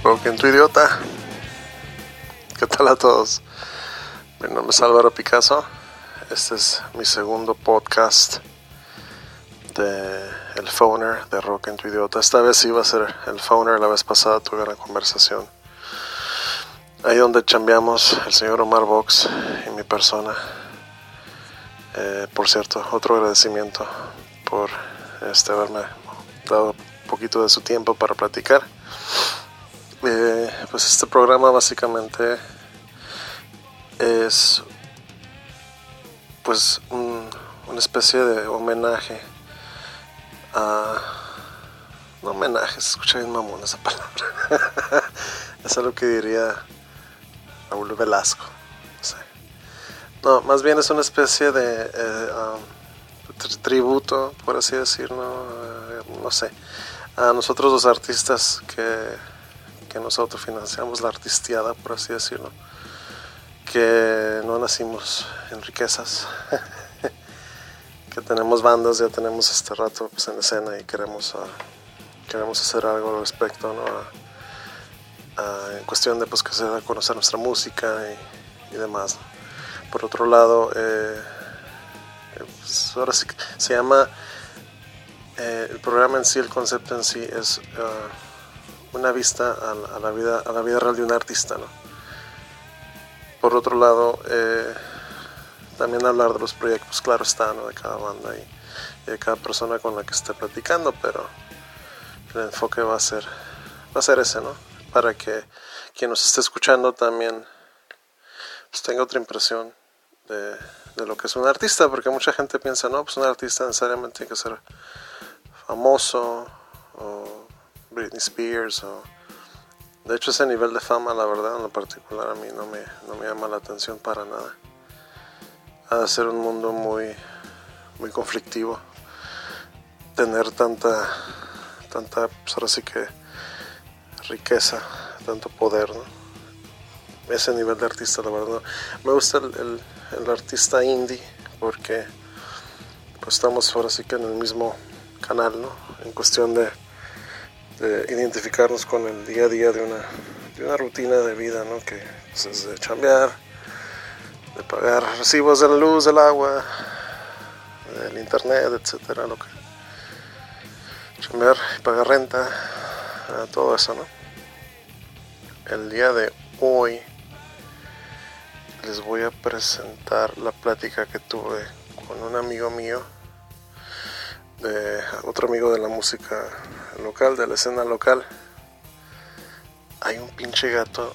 Rock en tu idiota. ¿Qué tal a todos? Mi nombre es Álvaro Picasso. Este es mi segundo podcast de El Phoner de Rock en tu idiota. Esta vez iba a ser el Phoner. La vez pasada tuve una conversación ahí donde chambeamos el señor Omar Vox y mi persona. Por cierto, otro agradecimiento por haberme dado un poquito de su tiempo para platicar. Pues este programa básicamente es pues una especie de homenaje a... No homenaje, se escucha bien mamón esa palabra. Es algo que diría Raúl Velasco. No, más bien es una especie de tributo, por así decirlo, no sé, a nosotros los artistas que nos autofinanciamos la artisteada, por así decirlo, que no nacimos en riquezas, que tenemos bandas, ya tenemos este rato pues, en escena y queremos hacer algo al respecto, ¿no? En cuestión de pues, que se dé a conocer nuestra música y demás, ¿no? Por otro lado, pues ahora sí se llama el programa en sí, el concepto en sí es una vista a la vida real de un artista, ¿no? Por otro lado, también hablar de los proyectos, claro está, ¿no? De cada banda y de cada persona con la que esté platicando, pero el enfoque va a ser ese, ¿no? Para que quien nos esté escuchando también pues tenga otra impresión de lo que es un artista, porque mucha gente piensa, no, pues un artista necesariamente tiene que ser famoso, o Britney Spears, o... De hecho ese nivel de fama, la verdad, en lo particular a mí no me llama la atención para nada. Ha de ser un mundo muy, muy conflictivo, tener tanta, pues ahora sí que riqueza, tanto poder, ¿no? Ese nivel de artista, la verdad, me gusta el artista indie porque pues estamos ahora sí que en el mismo canal, ¿no? En cuestión de identificarnos con el día a día de una rutina de vida, ¿no? Que pues, es de chambear, de pagar recibos de la luz, del agua, del internet, etcétera, lo que chambear y pagar renta, todo eso, ¿no? El día de hoy les voy a presentar la plática que tuve con un amigo mío, otro amigo de la música local, de la escena local. Hay un pinche gato.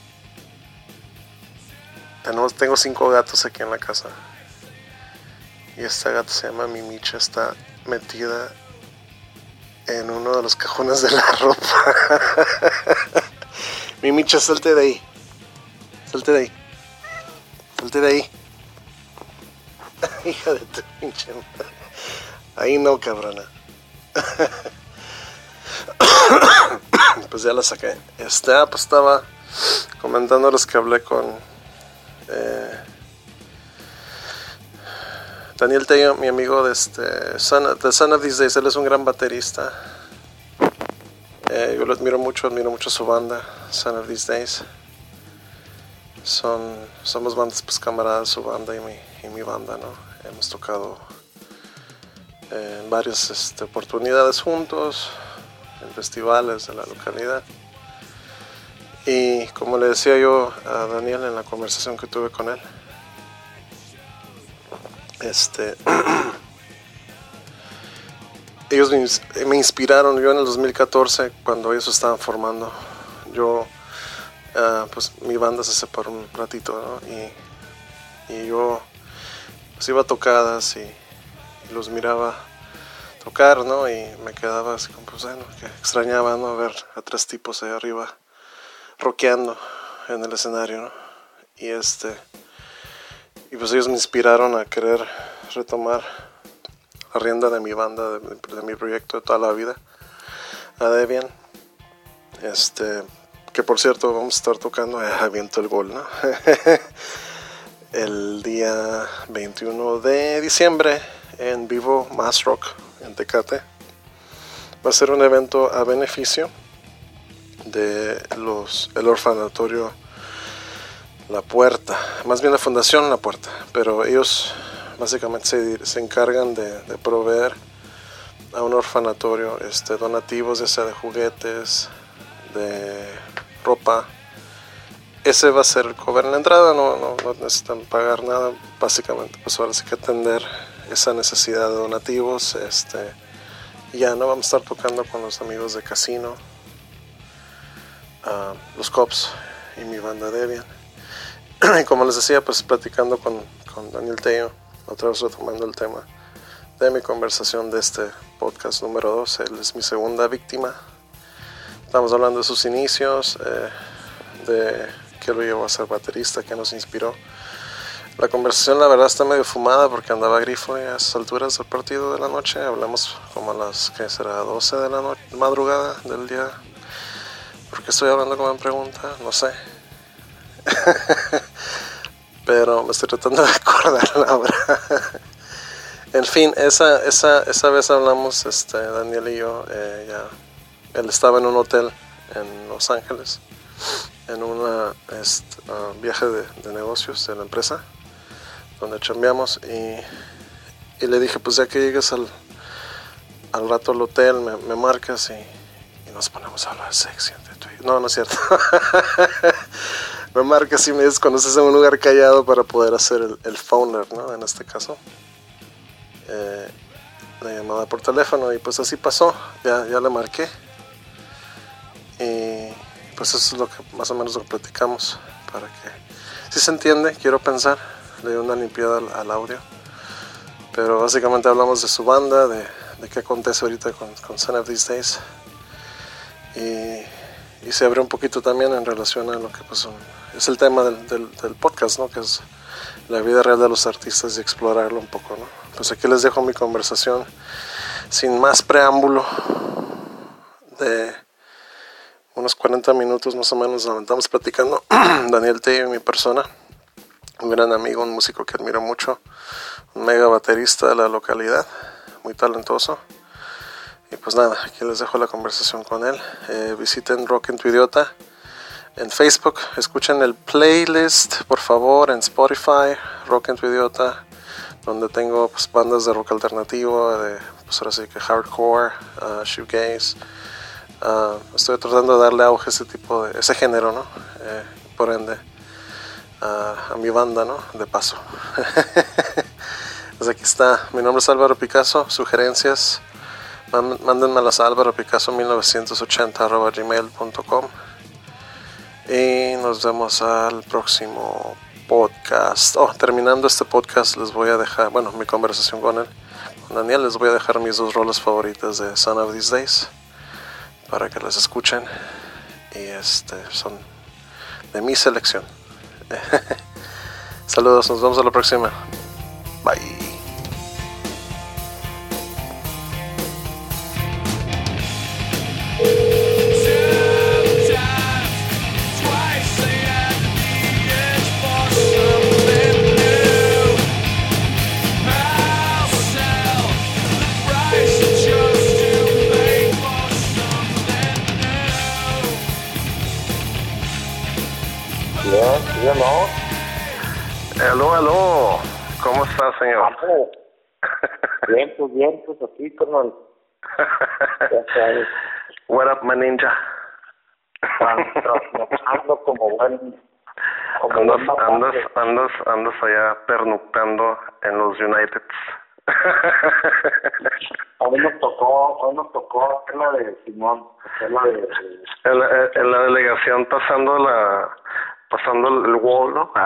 Tengo 5 gatos aquí en la casa. Y esta gata se llama Mimicha, está metida en uno de los cajones de la ropa. Mimicha, salte de ahí. Salte de ahí. Salte de ahí. Hija de tu pinche madre. Ahí no, cabrona. Pues ya la saqué. Pues estaba comentándoles que hablé con Daniel Tello, mi amigo de Son of These Days. Él es un gran baterista. Yo lo admiro mucho su banda, Son of These Days. Somos bandas pues camaradas, su banda y mi banda, ¿no? Hemos tocado en varias oportunidades juntos, en festivales de la localidad. Y como le decía yo a Daniel en la conversación que tuve con él, ellos me inspiraron. Yo en el 2014, cuando ellos estaban formando, pues mi banda se separó un ratito, ¿no? Y yo pues iba a tocadas y los miraba tocar, ¿no? Y me quedaba así como, pues bueno, que extrañaba, ¿no? Ver a 3 tipos ahí arriba rockeando en el escenario, ¿no? Y pues ellos me inspiraron a querer retomar la rienda de mi banda, de mi proyecto de toda la vida, a Debian. Que por cierto vamos a estar tocando Aviento el Gol, ¿no? El día 21 de diciembre en vivo, Mass Rock en Tecate. Va a ser un evento a beneficio el orfanatorio La Puerta, más bien la Fundación La Puerta, pero ellos básicamente se encargan de proveer a un orfanatorio donativos, ya sea de juguetes, de ropa. Ese va a ser el cover en la entrada, no necesitan pagar nada, básicamente pues ahora sí que atender esa necesidad de donativos. Ya no vamos a estar tocando con los amigos de Casino, los Cops y mi banda Debian. Y como les decía, pues platicando con Daniel Tello, otra vez retomando el tema de mi conversación de este podcast número 2. Él es mi segunda víctima. Estamos hablando de sus inicios, de qué lo llevó a ser baterista, qué nos inspiró. La conversación la verdad está medio fumada porque andaba grifo a esas alturas del partido de la noche. Hablamos como a las, ¿qué será? 12 de la madrugada del día. ¿Por qué estoy hablando como en pregunta? No sé. Pero me estoy tratando de acordar la hora. En fin, esa vez hablamos, Daniel y yo, él estaba en un hotel en Los Ángeles, en un viaje de negocios de la empresa, donde chambeamos, y le dije, pues ya que llegues al rato al hotel, me marcas y nos ponemos a hablar sexy entre tú y yo. No es cierto. Me marcas y me dices cuando estés en un lugar callado para poder hacer el phoner, ¿no? En este caso. La llamada por teléfono, y pues así pasó. Ya le marqué. Y pues eso es lo que más o menos lo platicamos. Para que si se entiende, quiero pensar. Le di una limpiada al audio. Pero básicamente hablamos de su banda, de qué acontece ahorita con Son of These Days. Y se abrió un poquito también en relación a lo que pues es el tema del podcast, ¿no? Que es la vida real de los artistas y explorarlo un poco, ¿no? Pues aquí les dejo mi conversación sin más preámbulo de unos 40 minutos más o menos. Estamos platicando Daniel Tello y mi persona, un gran amigo, un músico que admiro mucho, un mega baterista de la localidad, muy talentoso. Y pues nada, aquí les dejo la conversación con él. Visiten Rock en tu Idiota en Facebook, escuchen el playlist por favor en Spotify, Rock en tu Idiota, donde tengo pues bandas de rock alternativo, de pues ahora sí que hardcore, shoegaze. Estoy tratando de darle auge a ese género, ¿no? Por ende a mi banda, ¿no? De paso. Pues aquí está, mi nombre es Álvaro Picasso. Sugerencias, mándenmelas a alvaropicasso1980@gmail.com. Y nos vemos al próximo podcast. Terminando este podcast les voy a dejar, mi conversación con Daniel, les voy a dejar mis 2 rolas favoritas de Son of These Days para que las escuchen, y son de mi selección. Saludos, nos vemos a la próxima. Bye. Bien, ¿no? Aló, ¿cómo está, señor? Bien, pues aquí, carnal. What up, my ninja? Ando como buen... Andas allá pernoctando en los Uniteds. Hoy nos tocó hacer la de Simón, hacer la de... En la delegación pasando el wall, ¿no?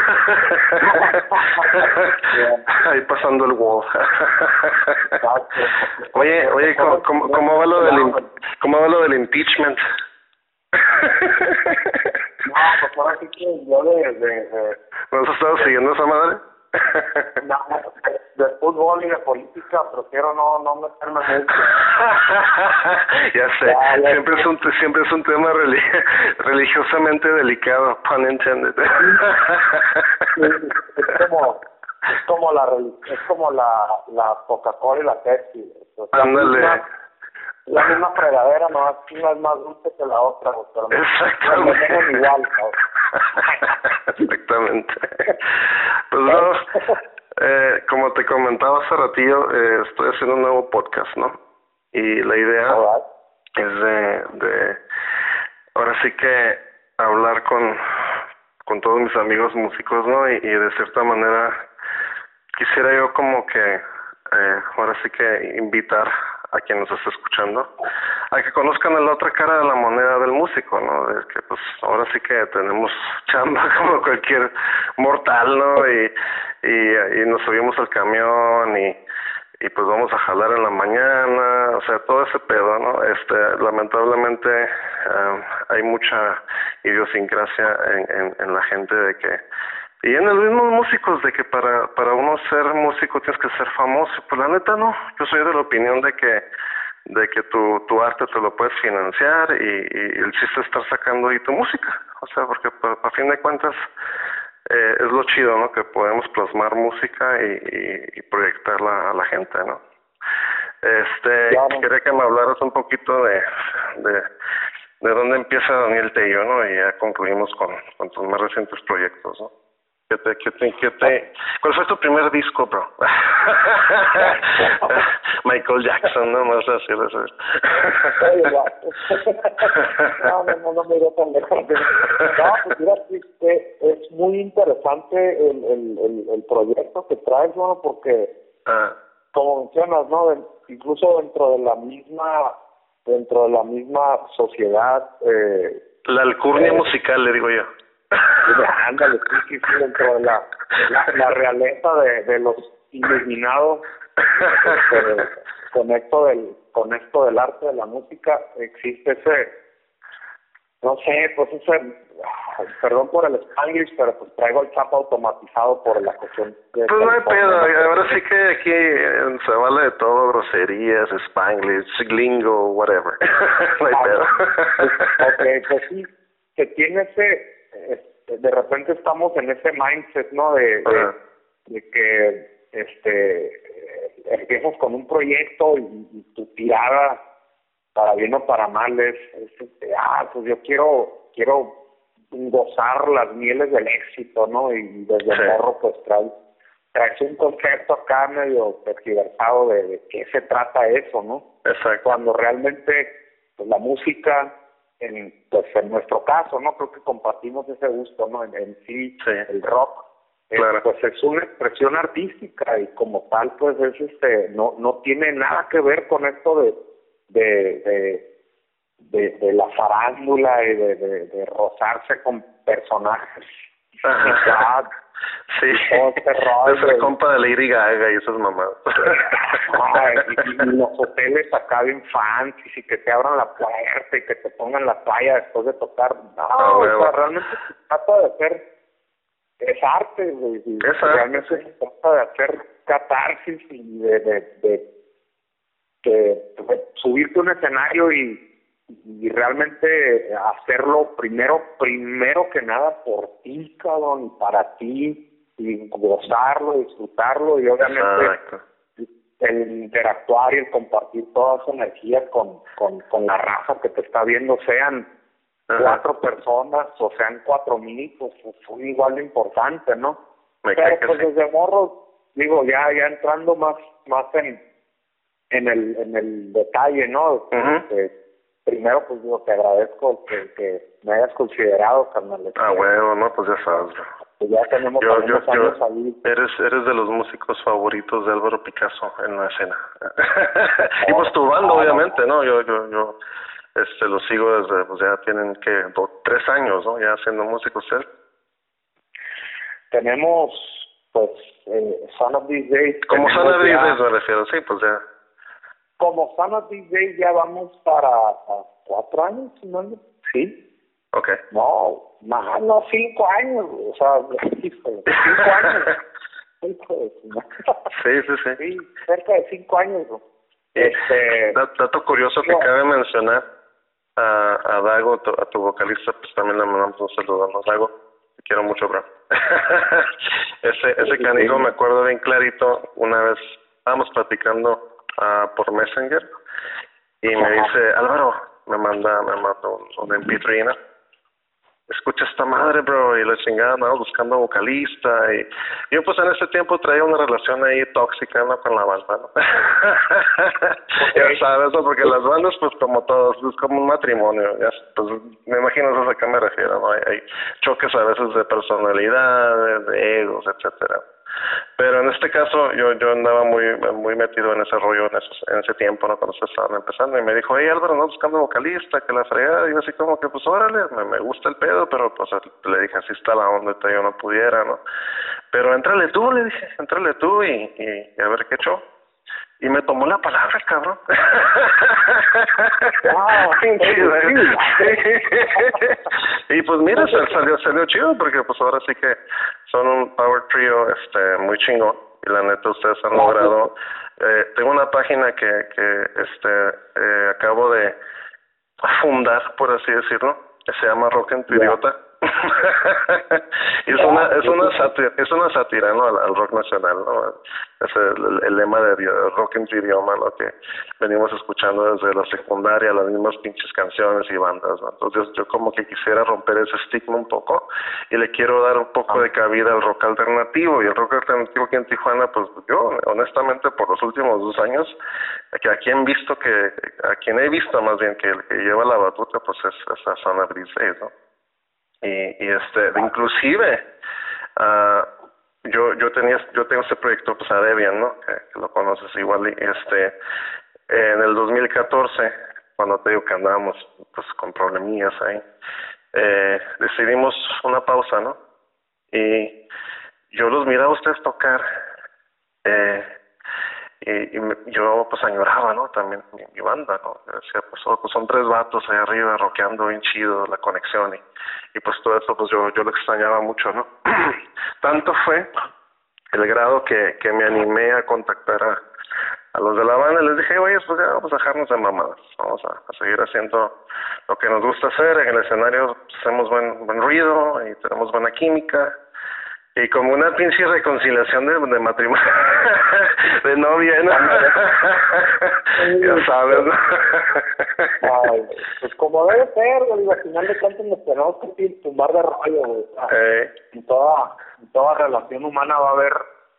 Ahí pasando el wall. Oye, ¿cómo va lo del impeachment? No, pues ahora sí que yo ¿No has estado siguiendo esa madre? No, de fútbol y de política prefiero no meterme mucho. Ya sé, siempre es un tema religiosamente delicado, pun intended. Es como la Coca-Cola y la Pepsi. Ándale. la misma fregadera, no, una es más dulce que la otra, pero exactamente. No igual, exactamente. Pues no, como te comentaba hace ratillo, estoy haciendo un nuevo podcast, ¿no? Y la idea es de ahora sí que hablar con todos mis amigos músicos, ¿no? Y de cierta manera quisiera yo como que ahora sí que invitar a quien nos está escuchando a que conozcan la otra cara de la moneda del músico, ¿no? De que pues ahora sí que tenemos chamba como cualquier mortal, ¿no? Y nos subimos al camión y pues vamos a jalar en la mañana, o sea, todo ese pedo, ¿no? Lamentablemente hay mucha idiosincrasia en la gente de que, y en los mismos músicos, de que para uno ser músico tienes que ser famoso. Pues la neta no, yo soy de la opinión de que tu arte te lo puedes financiar y el chiste es estar sacando ahí tu música, o sea, porque a fin de cuentas es lo chido, ¿no? Que podemos plasmar música y proyectarla a la gente, ¿no? Claro. Quería que me hablaras un poquito de dónde empieza Daniel Tello, ¿no? Y ya concluimos con tus más recientes proyectos, ¿no? ¿Cuál fue tu primer disco, bro? Michael Jackson, ¿no? Más así, eso. No me iré tan lejos. No, pues mira, es muy interesante el proyecto que traes, ¿no? Porque, como mencionas, ¿no? Incluso dentro de la misma sociedad. La alcurnia musical, le digo yo. Ándale, sí, dentro de la realeza de los iluminados, con esto del arte de la música, existe ese, no sé, pues perdón por el Spanglish, pero pues traigo el chapa automatizado por la cuestión de... Pues no hay pedo, ahora sí que aquí se vale de todo, groserías, Spanglish, glingo, whatever. No hay pedo. Okay, pues sí, que tiene ese... de repente estamos en ese mindset, ¿no? De que empiezas con un proyecto y tu tirada, para bien o para mal, es pues yo quiero gozar las mieles del éxito, ¿no? Y desde morro pues traes un concepto acá medio tergiversado de qué se trata eso, ¿no? Exacto. Cuando realmente pues la música, en nuestro caso, ¿no? Creo que compartimos ese gusto, ¿no? En sí, el rock, claro. Pues es una expresión artística y como tal, pues es no tiene nada que ver con esto de la farándula y de rozarse con personajes. Sí, es la compa de Lady Gaga y esas mamadas. Y los hoteles acá bien fancy y que te abran la puerta y que te pongan la toalla después de tocar. O sea, realmente se trata de hacer, es arte, güey. Realmente se trata de hacer catarsis y de subirte a un escenario y realmente hacerlo primero que nada por ti, cabrón, y para ti, y gozarlo, disfrutarlo, y obviamente el interactuar y el compartir toda esa energía con la raza que te está viendo, sean 4 personas o sean 4,000, pues fue igual de importante, ¿no? Pero pues desde morro, digo, ya entrando más en el detalle, ¿no? Primero, pues digo, te agradezco que me hayas considerado, carnal. Bueno, no, pues ya sabes. Pues ya tenemos años ahí. Eres de los músicos favoritos de Álvaro Picasso en la escena. Y pues tu banda, obviamente, ¿no? Yo lo sigo desde, pues ya tienen, 3 años, ¿no? Ya haciendo música ustedes. Tenemos, pues, Son of These Days. Como Son of These Days me refiero, sí, pues ya. Como Son of These Days ya vamos para 4 años, ¿no? Sí. Okay. No, 5 años, o sea, 5 años. Sí, cerca de 5 años, ¿no? Dato curioso que cabe mencionar a Dago, a tu vocalista, pues también le mandamos un saludo, ¿no? Dago, te quiero mucho, bro. ese canijo me acuerdo bien clarito, una vez estábamos platicando por Messenger y me dice, Álvaro, me manda un MP3, ¿no? Escucha esta madre, bro, y la chingada, andaba buscando vocalista, y yo pues en ese tiempo traía una relación ahí tóxica, ¿no? Con la banda, ¿no? Ya sabes, ¿no? Porque las bandas, pues como todos, es como un matrimonio, ya, pues me imagino a qué me refiero, ¿no? Hay choques a veces de personalidades, de egos, etcétera. Pero en este caso yo andaba muy metido en ese rollo en ese tiempo, ¿no? Cuando se estaban empezando, y me dijo, hey Álvaro, no buscando vocalista, que la fregada, y yo así como que pues órale, me gusta el pedo, pero pues le dije, así está la onda, yo no pudiera, ¿no? Pero entrale tú, le dije, entrale tú y a ver qué echó. Y me tomó la palabra, cabrón. Y pues mira, salió chido, porque pues ahora sí que son un power trio muy chingón, y la neta ustedes han logrado. Tengo una página que acabo de fundar, por así decirlo, que se llama Rock en tu Idiota. Y es una sátira, ¿no? al rock nacional, ¿no? Es el lema de rock en tu idioma, lo que venimos escuchando desde la secundaria, las mismas pinches canciones y bandas, ¿no? Entonces yo como que quisiera romper ese estigma un poco, y le quiero dar un poco de cabida al rock alternativo. Y el rock alternativo aquí en Tijuana, pues yo honestamente por los últimos 2 años, a quien he visto más bien que el que lleva la batuta, pues es a Zona Briseis, ¿no? Inclusive yo tengo este proyecto, pues a Debian, ¿no? Que lo conoces igual, y en el 2014, cuando te digo que andábamos pues con problemillas ahí, decidimos una pausa, ¿no? Y yo los miraba a ustedes tocar, yo pues añoraba, ¿no? También mi banda, ¿no? Decía, pues son 3 vatos ahí arriba rockeando bien chido, la conexión, y pues todo eso pues yo lo extrañaba mucho, ¿no? Tanto fue el grado que me animé a contactar a los de la banda, y les dije, oye, pues ya vamos a dejarnos de mamadas, vamos a seguir haciendo lo que nos gusta hacer. En el escenario pues, hacemos buen ruido y tenemos buena química. Y como una pinche reconciliación de matrimonio, de novia, ¿no? Ya sabes, ¿no? Ay, pues como debe ser, güey, al final de cuentas nos tenemos que tumbar de rollo, güey. En toda relación humana va a haber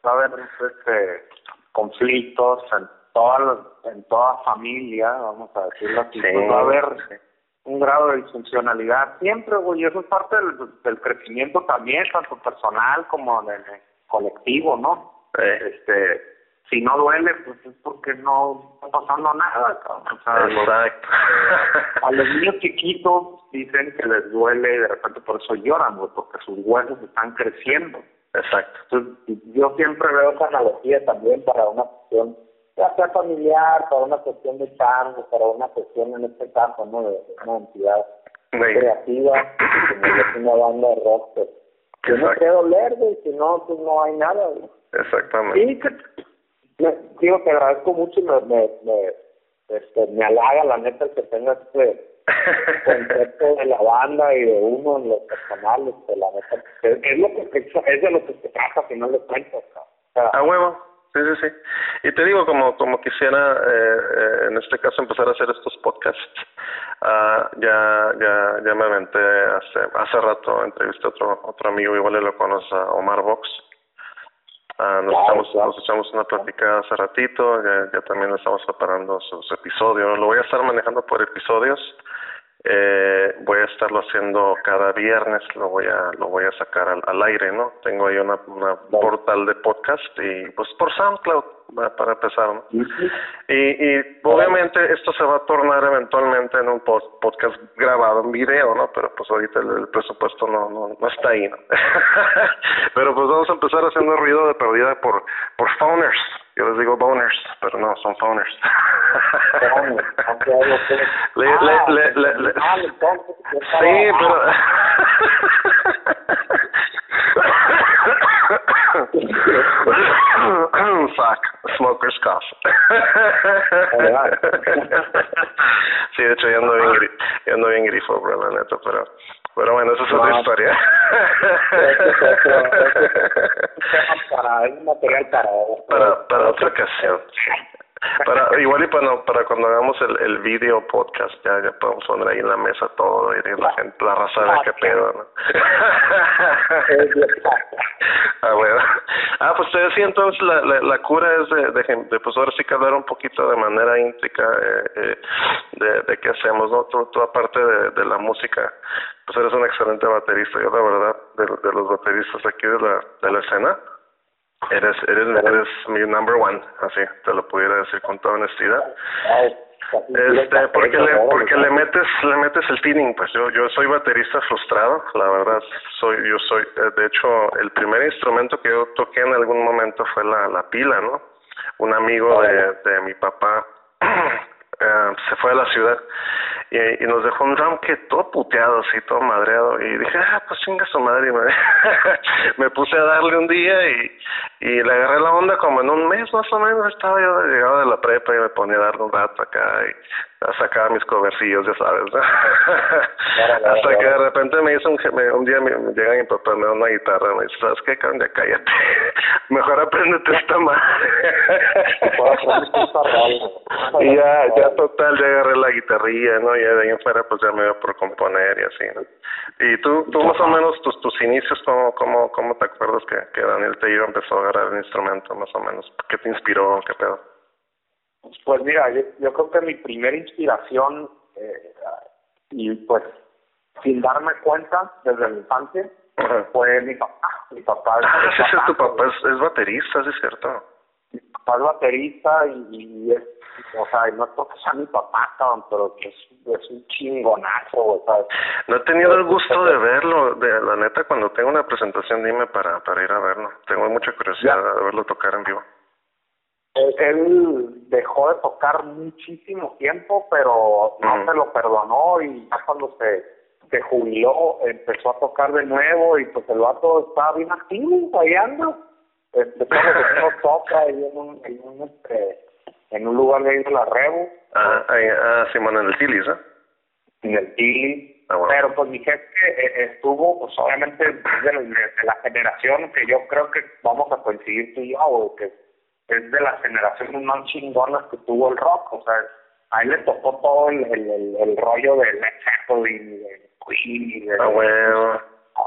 conflictos, en toda familia, vamos a decirlo así, sí, pues va a haber un grado de disfuncionalidad siempre, güey, y eso es parte del crecimiento también, tanto personal como del colectivo, ¿no? Si no duele, pues es porque no está pasando nada, cabrón. O sea, exacto. A los niños chiquitos dicen que les duele y de repente por eso lloran, güey, porque sus huesos están creciendo. Exacto. Entonces, yo siempre veo esa analogía también para una cuestión, ya sea familiar, para una cuestión de sangre, para una cuestión en este caso, ¿no? De una entidad creativa, como es una banda de rock, pues, que no quiere doler, güey, si no, pues no hay nada, güey. Exactamente. Sí, digo, te agradezco mucho y me halaga, la neta, que tengas concepto de la banda y de uno en los personales, de la neta, es de lo que se trata, al final de cuentas, o sea, a huevo. Sí. Y te digo, como quisiera en este caso empezar a hacer estos podcasts. Ya me aventé hace rato, entrevisté a otro amigo, igual lo conoces, a Omar Vox. Nos echamos una plática hace ratito, ya también estamos preparando sus episodios. Lo voy a estar manejando por episodios. Voy a estarlo haciendo cada viernes, lo voy a sacar al aire, ¿no? Tengo ahí una portal de podcast, y pues por SoundCloud para empezar, ¿no? Y obviamente esto se va a tornar eventualmente en un podcast grabado en video, ¿no? Pero pues ahorita el presupuesto no está ahí, ¿no? Pero pues vamos a empezar haciendo ruido de perdida por phoners. Yo les digo boners, pero no, son phoners. Sí, pero... Fuck, smoker's cough. Sí, de hecho, yo ando bien grifo, bro, la neta, pero bueno, eso es otra historia. Es material para otra ocasión. Igual y para cuando hagamos el video podcast, ya podemos poner ahí en la mesa todo y la gente, la raza de qué pedo, ¿no? Bueno. Pues te decía entonces, la cura es de pues ahora sí que hablar un poquito de manera íntrica de qué hacemos, ¿no? Tú aparte de la música, pues eres un excelente baterista. Yo la verdad, de los bateristas aquí de la escena, eres mi number one, así te lo pudiera decir con toda honestidad. Porque le metes el feeling. Pues yo soy baterista frustrado, la verdad. Yo soy de hecho el primer instrumento que yo toqué en algún momento fue la pila, ¿no? Un amigo de mi papá se fue a la ciudad y nos dejó un drum kit todo puteado, así, todo madreado, y dije, pues chinga su madre, me puse a darle un día y le agarré la onda como en un mes más o menos. Estaba yo llegado de la prepa y me ponía a darle un rato acá y sacaba mis covercillos, ya sabes, ¿no? Hasta que de repente un día me llega mi papá, me da una guitarra, me dice, ¿sabes qué, cabrón? Ya cállate, mejor apréndete esta madre. Y ya total, ya agarré la guitarrilla, ¿no? Y de ahí en fuera pues ya me dio por componer y así, ¿no? Y tú más o menos tus inicios, ¿cómo te acuerdas que Daniel Tellero empezó a agarrar el instrumento, más o menos? ¿Qué te inspiró? ¿Qué pedo? Pues mira, yo creo que mi primera inspiración, y pues sin darme cuenta desde mi infancia, fue mi papá. Mi papá tu papá es baterista, sí es cierto. Mi papá es baterista y es, o sea, no es porque sea mi papá, pero que es un chingonazo, ¿sabes? No he tenido el gusto de verlo, la neta, cuando tengo una presentación dime para ir a verlo. Tengo mucha curiosidad de verlo tocar en vivo. Él dejó de tocar muchísimo tiempo, pero no se lo perdonó, y ya cuando se jubiló empezó a tocar de nuevo, y pues el vato estaba bien activo, ahí anda. Todo toca ahí en un lugar de ahí de la Rebu. Simón, en el Tilis, ¿eh? En el Tilis. Bueno. Pero pues mi jefe estuvo, pues obviamente de la generación que yo creo que vamos a coincidir tú y yo, o que es de las generaciones más chingonas que tuvo el rock. O sea, a él le tocó todo el rollo de Led Zeppelin y de Queen y de bueno.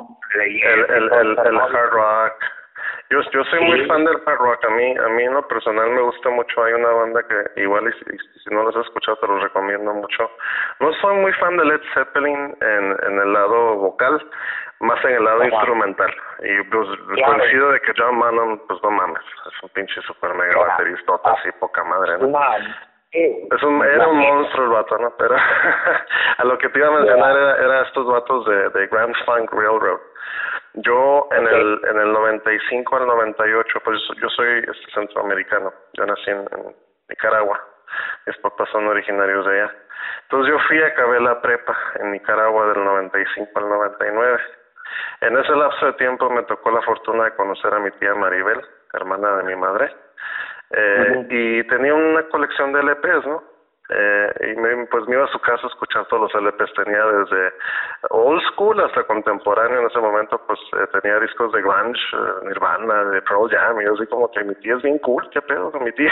El hard rock. Yo soy muy fan del hard rock. A mí en lo personal me gusta mucho. Hay una banda que igual y si no los has escuchado te los recomiendo mucho. No soy muy fan de Led Zeppelin en el lado vocal, más en el lado instrumental. Y pues coincido de que John Manon, pues no mames, es un pinche super mega baterista, así poca madre, ¿no? Era un monstruo el vato, ¿no? Pero a lo que te iba a mencionar era estos vatos de Grand Funk Railroad. Yo en el 95 al 98, pues yo soy centroamericano. Yo nací en Nicaragua. Mis papás son originarios de allá. Entonces yo acabé la prepa en Nicaragua del 95 al 99. En ese lapso de tiempo me tocó la fortuna de conocer a mi tía Maribel, hermana de mi madre, y tenía una colección de LPs, ¿no? Pues me iba a su casa a escuchar todos los LPs. Tenía desde old school hasta contemporáneo. En ese momento pues tenía discos de grunge, Nirvana, de Pearl Jam, y yo así como que mi tía es bien cool, ¿qué pedo con mi tía?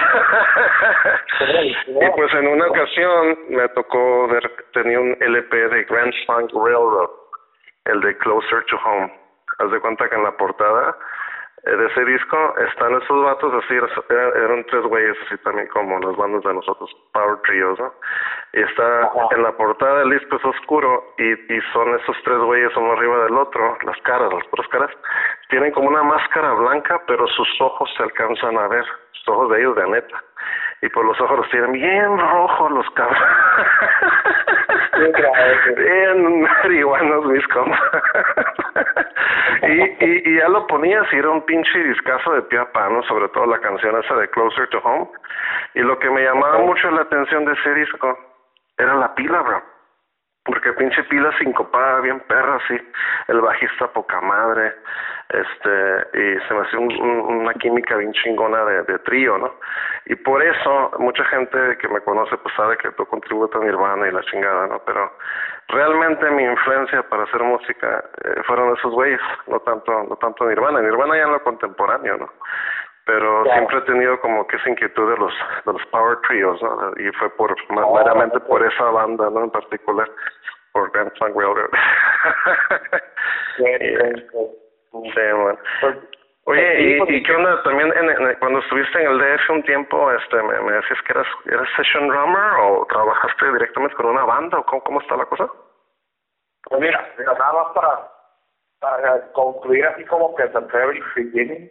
Y pues en una ocasión me tocó ver, tenía un LP de Grand Funk Railroad, el de Closer to Home. Haz de cuenta que en la portada de ese disco están esos vatos así, eran tres güeyes así también como las bandas de nosotros, Power Trios, ¿no? Y está en la portada del disco, es oscuro, y son esos tres güeyes uno arriba del otro, las puras caras, tienen como una máscara blanca, pero sus ojos se alcanzan a ver, los ojos de ellos de neta, y por los ojos los tienen bien rojos los cabros. Bien marihuanos mis compas. y ya lo ponías y era un pinche discazo de pie a pano, sobre todo la canción esa de Closer to Home. Y lo que me llamaba mucho la atención de ese disco era la pila, bro. Porque pinche pila sincopada, bien perra, así. El bajista poca madre. Y se me hacía una química bien chingona de trío, ¿no? Y por eso mucha gente que me conoce pues sabe que tú contributas a Nirvana y la chingada, ¿no? Pero realmente mi influencia para hacer música fueron esos güeyes, no tanto Nirvana. Nirvana ya en lo contemporáneo, ¿no? pero Claro. siempre he tenido como que esa inquietud de los power trios, ¿no? Y fue meramente por esa banda, ¿no? En particular, por Grand Funk Railroad. Sí, bueno. Pues, Oye, sí, pues, ¿y qué onda? También cuando estuviste en el DF un tiempo, me decías que eras session drummer o trabajaste directamente con una banda o cómo está la cosa? Pues mira, nada más para concluir así como que the very beginning,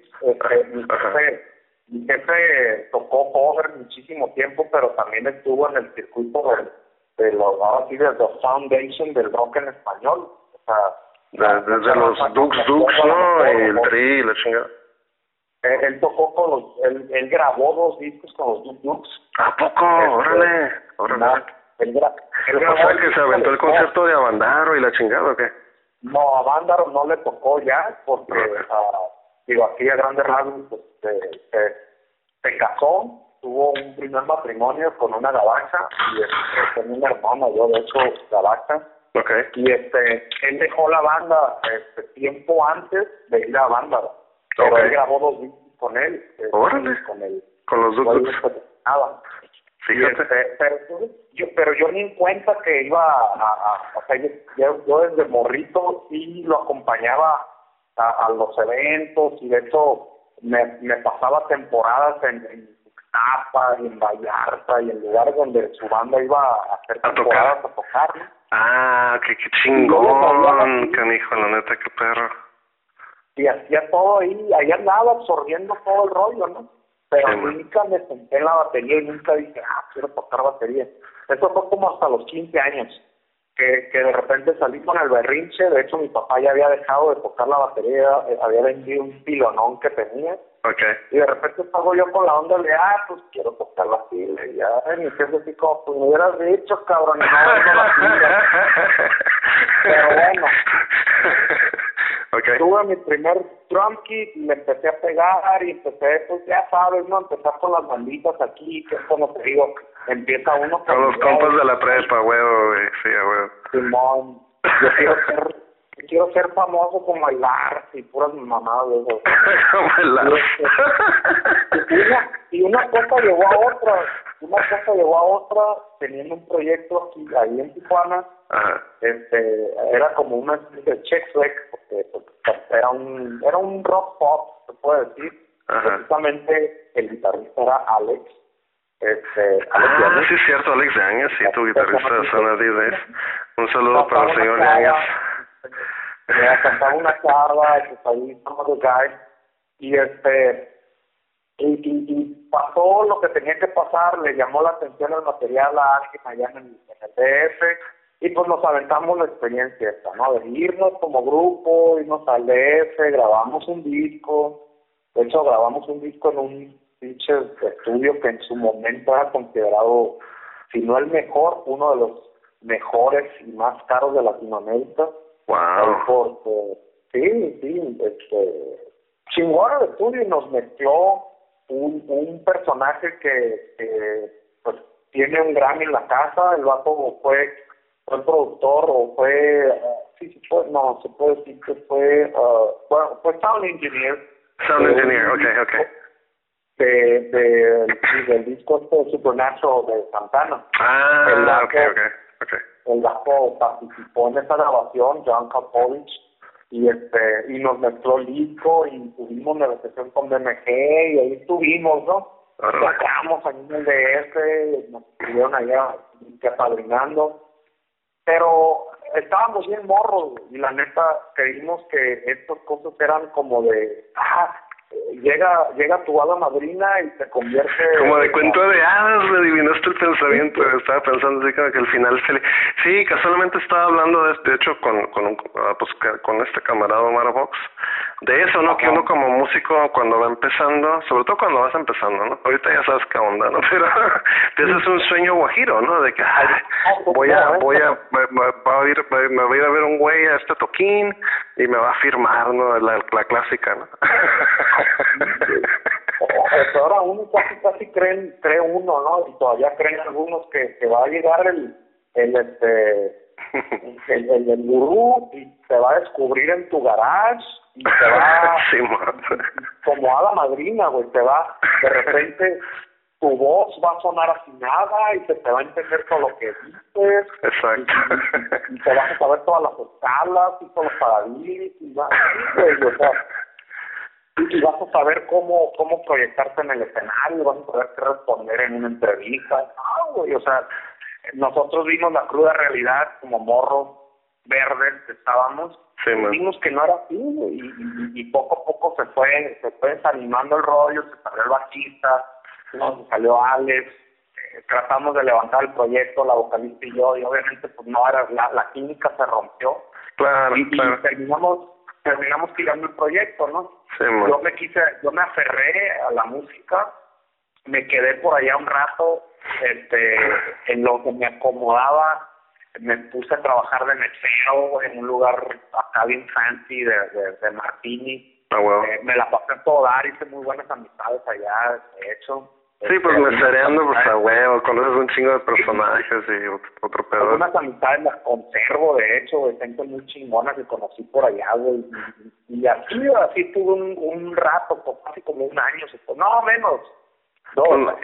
mi jefe tocó cover muchísimo tiempo, pero también estuvo en el circuito de los, ahora sí, de The Foundation del rock en español. O sea, desde los Dukes, ¿no? Y el Tri y la chingada. Él tocó con los, él grabó 2 discos con los Dukes. ¿A poco? Órale. Él grabó, o sea que se aventó el concierto de Avandaro y la chingada, ¿o qué? No, a Vándaro no le tocó ya, porque, digo, aquí a grandes rasgos, pues, se casó, tuvo un primer matrimonio con una gabacha, y tenía una hermana, yo de hecho, gabacha. Okay. Y él dejó la banda tiempo antes de ir a Vándaro, pero él grabó 2 discos con él. Órale. Con los Dukes. Fíjate. Pero yo ni en cuenta que iba o sea, yo desde morrito sí lo acompañaba a los eventos, y de hecho me pasaba temporadas en Tapa y en Vallarta y en lugares donde su banda iba a hacer temporadas a tocar, ¿no? Ah, qué chingón, canijo, la neta, qué perro. Y hacía todo ahí andaba absorbiendo todo el rollo, ¿no? Pero sí, nunca me senté en la batería y nunca dije, quiero tocar batería. Eso fue como hasta los 15 años, que de repente salí con el berrinche. De hecho, mi papá ya había dejado de tocar la batería, había vendido un pilonón que tenía. Okay. Y de repente salgo yo con la onda de, pues quiero tocar la pila. Y ya, mi jefe así como, pues me hubieras dicho, cabrón, no la pila. Pero bueno. Okay. Tuve mi primer drum kit, le empecé a pegar y empecé, pues ya sabes, ¿no? Empezar con las banditas aquí, que es como te digo, empieza uno con los compas de la prepa, huevo, güey, sí, huevo. Simón, yo quiero ser famoso como el Lars y puras mamadas de eso. Como el Lars. Y una cosa llevó a otra, teniendo un proyecto aquí, ahí en Tijuana. Ajá. Era como una especie de check flex, porque era un rock pop, se puede decir. Ajá. Precisamente el guitarrista era Alex. Sí es cierto, Alex Yáñez, sí, tu guitarrista de Zona D. Un saludo para el señor Yáñez. Cantaba una charla, pues ahí como the guy, y pasó lo que tenía que pasar, le llamó la atención el material a alguien allá en el DF, y pues nos aventamos la experiencia esta, ¿no? De irnos como grupo, irnos al DF, grabamos un disco. De hecho, grabamos un disco en un pinche estudio que en su momento era considerado, si no el mejor, uno de los mejores y más caros de Latinoamérica. Wow. Porque, sí, chingón el estudio, y nos mezcló un personaje que pues tiene un Grammy en la casa. El vato fue productor, o fue, se puede decir que fue, fue sound engineer. Sound engineer, okay. Del disco Supernatural de Santana. Okay. El bajo participó en esa grabación, John Kapovich, y nos mezcló el disco, y tuvimos negociación con BMG, y ahí estuvimos, ¿no? Sacamos ahí en el DF, nos estuvieron allá apadrinando, pero estábamos bien morros, y la neta creímos que estas cosas eran como de, llega tu hada madrina y te convierte... Como de cuento de hadas, me adivinaste el pensamiento. Sí. Estaba pensando así como que al final sí, casualmente estaba hablando de hecho con este camarada Omar Vox, de eso, ¿no? Que uno como músico cuando va empezando, sobre todo cuando vas empezando, ¿no? Ahorita ya sabes qué onda, ¿no? Pero empiezas un sueño guajiro, ¿no? De que me voy a ir a ver un güey a este toquín y me va a firmar, ¿no? La clásica, ¿no? Ahora uno casi cree uno, ¿no? Y todavía creen algunos que va a llegar el gurú y te va a descubrir en tu garage y te va sí, como hada madrina, güey, te va, de repente tu voz va a sonar afinada y se te va a entender todo lo que dices. Exacto. Y te vas a saber todas las escalas y todos los paradigmas y va, güey, o sea, y vas a saber cómo proyectarte en el escenario, vas a saber qué responder en una entrevista. Güey, o sea, nosotros vimos la cruda realidad como morros verdes que estábamos, sí, vimos que no era así, y poco a poco se fue desanimando el rollo, se salió el bajista, se salió Alex, tratamos de levantar el proyecto, la vocalista y yo, y obviamente pues no era, la química se rompió. Claro, y terminamos tirando el proyecto, ¿no? Sí, yo me aferré a la música, me quedé por allá un rato, en lo que me acomodaba, me puse a trabajar de mesero en un lugar acá bien fancy de Martini. Bueno. Me la pasé a todo dar, hice muy buenas amistades allá, de hecho. Sí, pues mesereando, pues a huevo, conoces un chingo de personajes y otro pedo. Algunas amistades las conservo, de hecho, de gente muy chingona que conocí por allá, güey. Y así tuve un rato, pues, casi como un año, no menos. No,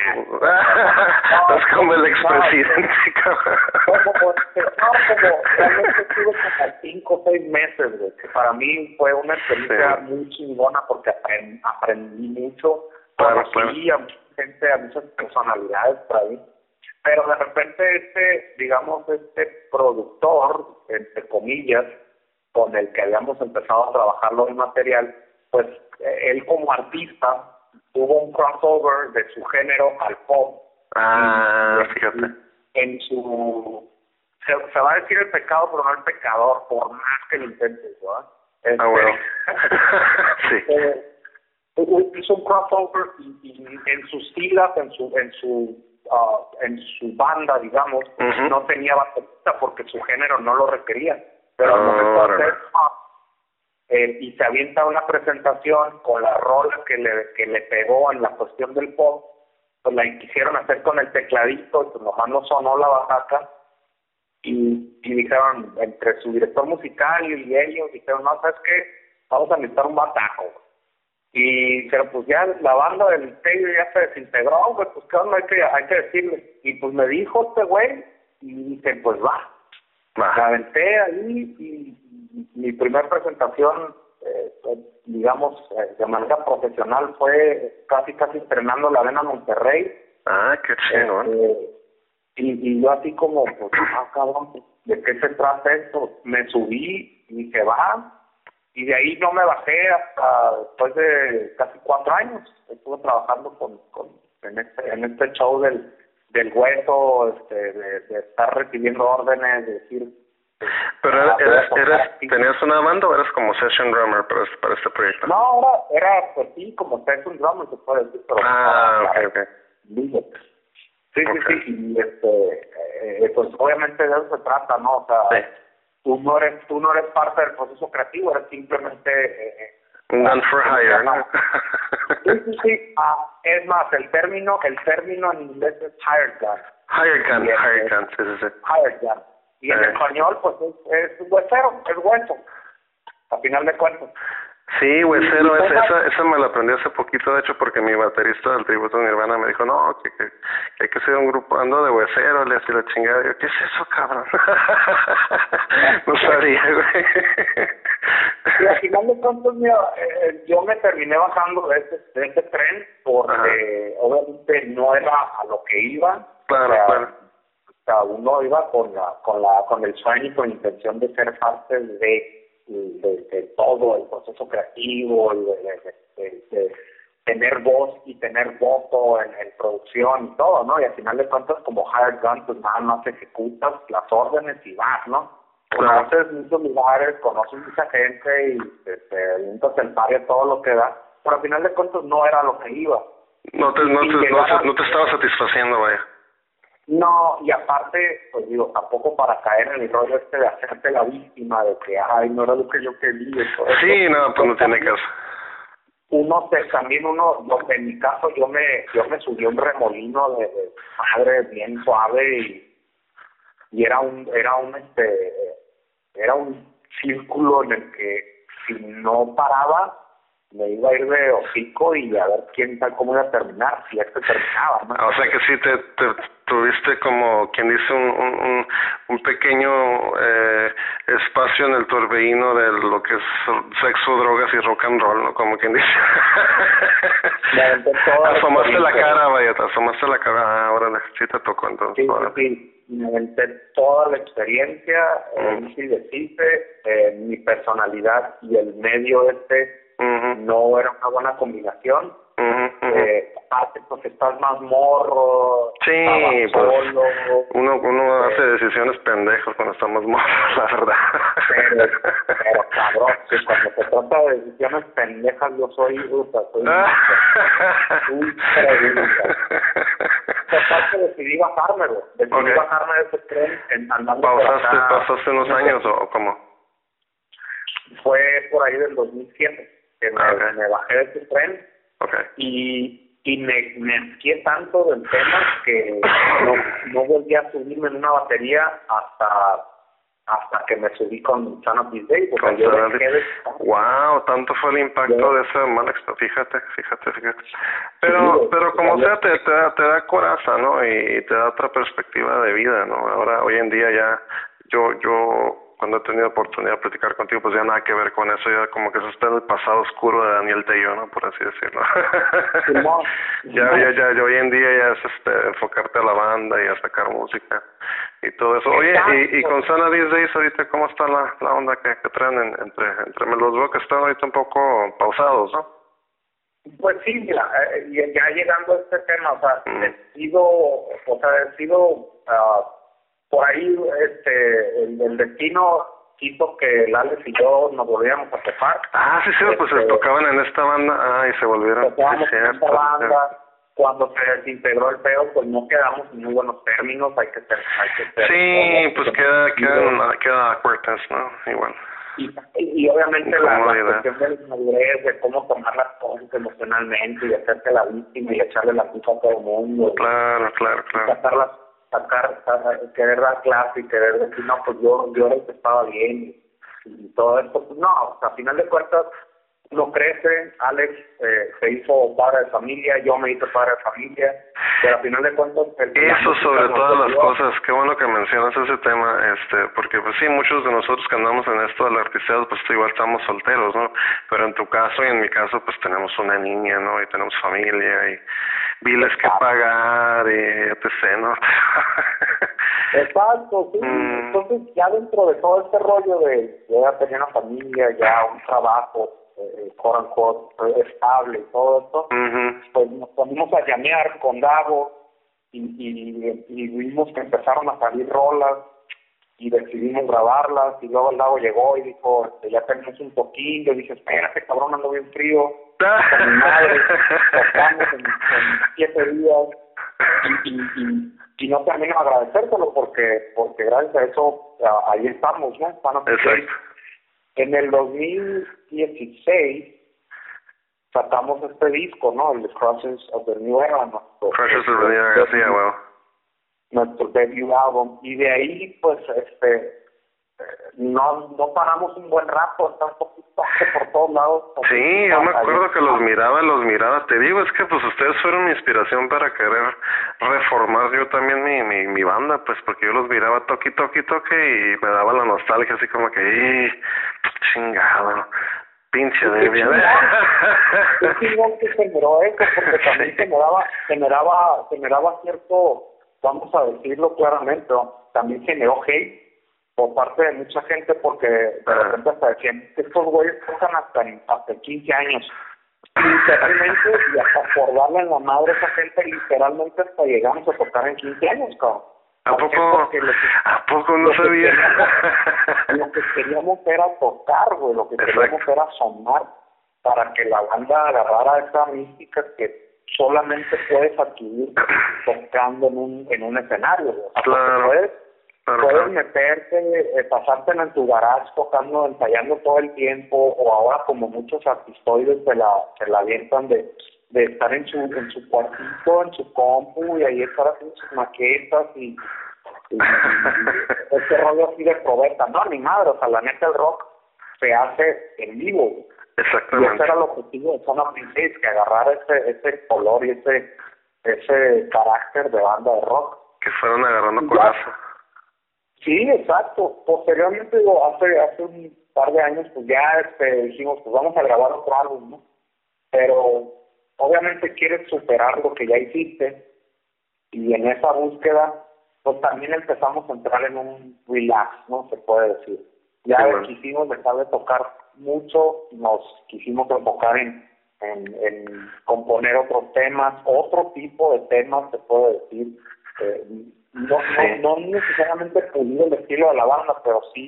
es como el expresidente, como realmente estuve como 5 o 6 meses, güey, que para mí fue una experiencia muy chingona porque aprendí mucho, conocí a mucha gente, a muchas personalidades por ahí, pero de repente este productor, entre comillas, con el que habíamos empezado a trabajar el material, pues él como artista tuvo un crossover de su género al pop. Fíjate. En su... Se va a decir el pecado, pero no el pecador, por más que lo intentes, ¿no? Bueno. Sí. Hizo un crossover y en sus filas, en su banda, digamos, no tenía baterista porque su género no lo requería. Pero al momento de hacer y se avienta una presentación con la rola que le pegó en la cuestión del pop, pues la quisieron hacer con el tecladito, y pues nomás no sonó la bajaca, y dijeron, entre su director musical y ellos, dijeron, no, ¿sabes qué? Vamos a necesitar un bataco. Y dijeron, pues ya la banda del misterio ya se desintegró, pues qué onda, hay que decirle. Y pues me dijo este güey, y dije, pues va. Me aventé ahí y mi primera presentación, digamos, de manera profesional fue casi entrenando la Arena Monterrey. Qué chingón. Y yo así como, pues, cabrón, ¿de qué se trata esto? Me subí y dije, va. Y de ahí no me bajé hasta después de casi 4 años. Estuve trabajando en este show del hueso, de estar recibiendo órdenes, de decir... Pero ¿tenías una banda o eras como session drummer para este proyecto? No, era pues sí, como session drummer se puede decir, pero... Okay. Sí, y pues obviamente de eso se trata, ¿no? O sea, sí. tú no eres parte del proceso creativo, eres simplemente... un gun for hire, ¿no? Sí. Es más, el término en inglés es hired gun. Hired gun, sí. Hired gun. Y en español, pues, es huesero, es hueso, a final de cuentas. Sí, huesero, esa me la aprendí hace poquito, de hecho, porque mi baterista del tributo de Nirvana me dijo, no, que hay que ser un grupo, ando de huesero, le hacía la chingada. Yo, ¿qué es eso, cabrón? No sabía, güey. Y al final de cuentas, mira, yo me terminé bajando de ese tren porque obviamente no era a lo que iba. Claro. Cada uno iba con el sueño y con la intención de ser parte de todo el proceso creativo, de tener voz y tener voto en producción y todo, ¿no? Y al final de cuentas, como hired gun, pues nada más ejecutas las órdenes y vas, ¿no? Conoces muchos lugares, conoces mucha gente y te avientas el pario todo lo que da, pero al final de cuentas no era lo que iba. No te estaba satisfaciendo, vaya. No, y aparte, pues digo, tampoco para caer en el rollo de hacerte la víctima, de que, no era lo que yo quería. Sí, no, pues no tiene caso. También en mi caso, yo me subí un remolino de madre bien suave y era un círculo en el que si no paraba me iba a ir de hocico y a ver cómo iba a terminar, si es que terminaba, ¿no? O sea que sí te tuviste como quien dice un pequeño espacio en el torbellino de lo que es sexo, drogas y rock and roll, ¿no? Como quien dice. Asomaste la cara, vaya, asomaste la cara, ahora sí te tocó entonces. Sí, me aventé toda la experiencia, hice y deshice, mi personalidad y el medio no era una buena combinación. Aparte, pues estás más morro, sí, pues solo, uno hace decisiones pendejas cuando estamos morros, la verdad. Pero cabrón, que cuando se trata de decisiones pendejas yo soy ultra total que decidí bajarme de ese tren andando por acá. ¿Pasaste unos años o cómo? Fue por ahí del 2007 que me bajé de ese tren. Y me asqué tanto del tema que no volví a subirme en una batería hasta que me subí con Sanity Day, porque yo dejé de... Wow, tanto fue el impacto de esa mala experiencia, fíjate. Pero como sea, te da coraza, ¿no? Y te da otra perspectiva de vida, ¿no? Ahora, hoy en día ya, yo cuando he tenido oportunidad de platicar contigo, pues ya nada que ver con eso, ya como que se está en el pasado oscuro de Daniel Tello, ¿no? Por así decirlo. Ya, hoy en día ya es enfocarte a la banda y a sacar música y todo eso. Oye, y con Sana These Days ahorita, ¿cómo está la onda que traen entre los veo que están ahorita un poco pausados, ¿no? Pues sí, mira, ya llegando a este tema, o sea, he sido por ahí el destino quiso que Lales y yo nos volviéramos a topar. Sí, pues se tocaban en esta banda, y se volvieron. Tocábamos en esta banda. Cuando se desintegró el pedo, pues no quedamos en muy buenos términos, hay que ser. Sí, pues queda acuerdas, ¿no? Igual. Y obviamente la cuestión de la madurez, de cómo tomar las cosas emocionalmente y de hacerte la víctima y echarle la culpa a todo el mundo. Claro. Querer dar clase y querer decir, no, pues yo era el que estaba bien y todo esto, pues no, a final de cuentas uno crece, Alex se hizo padre de familia, yo me hice padre de familia, pero a final de cuentas eso sobre todas las cosas, qué bueno que mencionas ese tema, porque pues sí, muchos de nosotros que andamos en esto del artistado, pues igual estamos solteros, ¿no? Pero en tu caso y en mi caso, pues tenemos una niña, ¿no? Y tenemos familia y biles que pagar y etc., ¿no? Exacto, sí. Entonces ya dentro de todo este rollo de ya tener una familia, ya un trabajo, quote unquote, estable y todo esto, pues nos ponimos a llamear con Dago y vimos que empezaron a salir rolas y decidimos grabarlas y luego el Dago llegó y dijo, ya tenemos un toquín. Yo dije, espérate, cabrón, ando bien frío. Con mi madre, tocamos en 7 días y no termino de agradecértelo porque gracias a eso ahí estamos, ¿no? Exacto. En el 2016 sacamos este disco, ¿no? El Crushes of the New Era. Crushes of the New Era, sí, wow. Nuestro debut álbum. Y de ahí, pues, no paramos un buen rato, está un poquito por todos lados. Sí, yo me acuerdo que los miraba, te digo, es que pues ustedes fueron mi inspiración para querer reformar yo también mi banda, pues porque yo los miraba toque y me daba la nostalgia así como que, chingado, pinche Debbie. Es chingón que generó eso, porque también generaba cierto, vamos a decirlo claramente, ¿no? También generó hate por parte de mucha gente porque de repente hasta decían que estos güeyes tocan hasta 15 años literalmente, y hasta por darle en la madre a esa gente literalmente hasta llegamos a tocar en 15 años, cabrón. ¿A poco no sabía? Lo que queríamos era tocar, güey, lo que queríamos era sonar para que la banda agarrara esa mística que solamente puedes adquirir tocando en un escenario, güey. Claro. Puedes meterte, pasártela en tu garage tocando, ensayando todo el tiempo, o ahora como muchos artistoides se la avientan de estar en su cuartito, en su compu, y ahí estar haciendo sus maquetas y Este rollo así de probeta, no, ni madre, o sea, la neta el rock se hace en vivo. Exactamente. Y ese era el objetivo de Zona Princess, que agarrar ese color y ese carácter de banda de rock. Que fueron agarrando coraza. Sí, exacto. Posteriormente, hace un par de años, pues ya dijimos, pues vamos a grabar otro álbum, ¿no? Pero obviamente quieres superar lo que ya hiciste, y en esa búsqueda pues también empezamos a entrar en un relax, ¿no? Se puede decir. Ya quisimos dejar de tocar mucho, nos quisimos enfocar en componer otros temas, otro tipo de temas, se puede decir. No necesariamente pulir el estilo de la banda, pero sí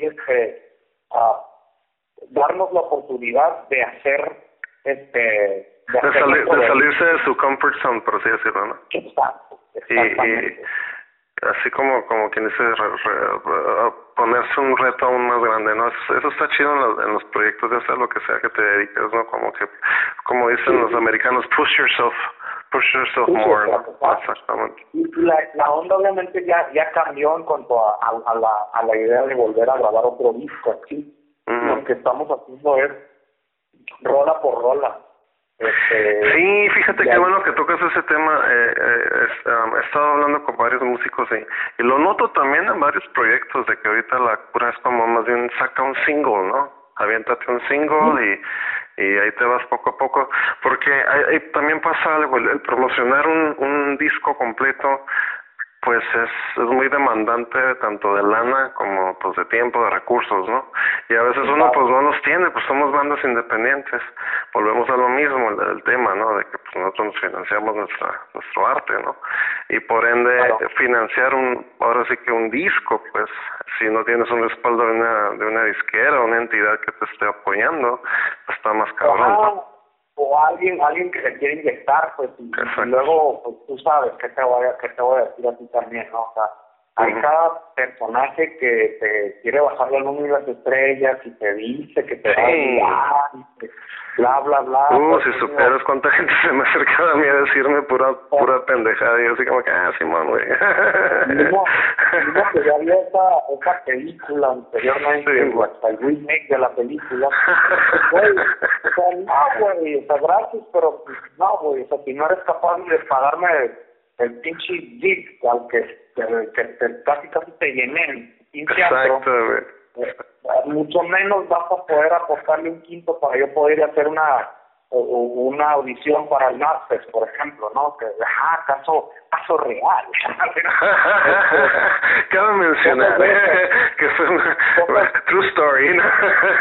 darnos la oportunidad de hacer de salirse de su comfort zone, por así decirlo, ¿no? Exacto. Y así como quien dice, ponerse un reto aún más grande, ¿no? Eso está chido en los proyectos, de hacer lo que sea que te dediques, ¿no? Como dicen los americanos, push yourself more, ¿no? Exactamente. Y la onda obviamente ya cambió en cuanto a la idea de volver a grabar otro disco, ¿sí? Lo que estamos haciendo es rola por rola. Sí, fíjate qué bueno que tocas ese tema. He estado hablando con varios músicos y lo noto también en varios proyectos, de que ahorita la cura es como más bien saca un single, ¿no? Aviéntate un single y ahí te vas poco a poco, porque también pasa algo, el promocionar un disco completo pues es muy demandante, tanto de lana como pues de tiempo, de recursos, ¿no? Y a veces uno pues no los tiene, pues somos bandas independientes. Volvemos a lo mismo, el tema, ¿no? De que pues nosotros nos financiamos nuestro arte, ¿no? Y por ende financiar ahora sí que un disco, pues si no tienes un respaldo de una disquera, una entidad que te esté apoyando, pues está más cabrón, ¿no? O alguien que le quiere inyectar, pues, y luego, pues, tú sabes que te voy a decir a ti también, ¿no? O sea, hay cada personaje que te quiere bajar la luna y las estrellas y te dice que te va a ayudar, bla, bla, bla. Si superas cuánta gente se me acercaba a mí a decirme pura pendejada, y yo así como que, Simón, güey. Mismo que ya vio esa película anteriormente, hasta el remake de la película, güey, o sea, no, güey, o sea, gracias, pero no, güey, o sea, si no eres capaz de pagarme el pinche dig al que casi te llené el pinche antro, mucho menos vas a poder aportarle un quinto para yo poder ir a hacer una audición para el Masters, por ejemplo, ¿no? Que, caso real. Cabe mencionar que es una true story, ¿no?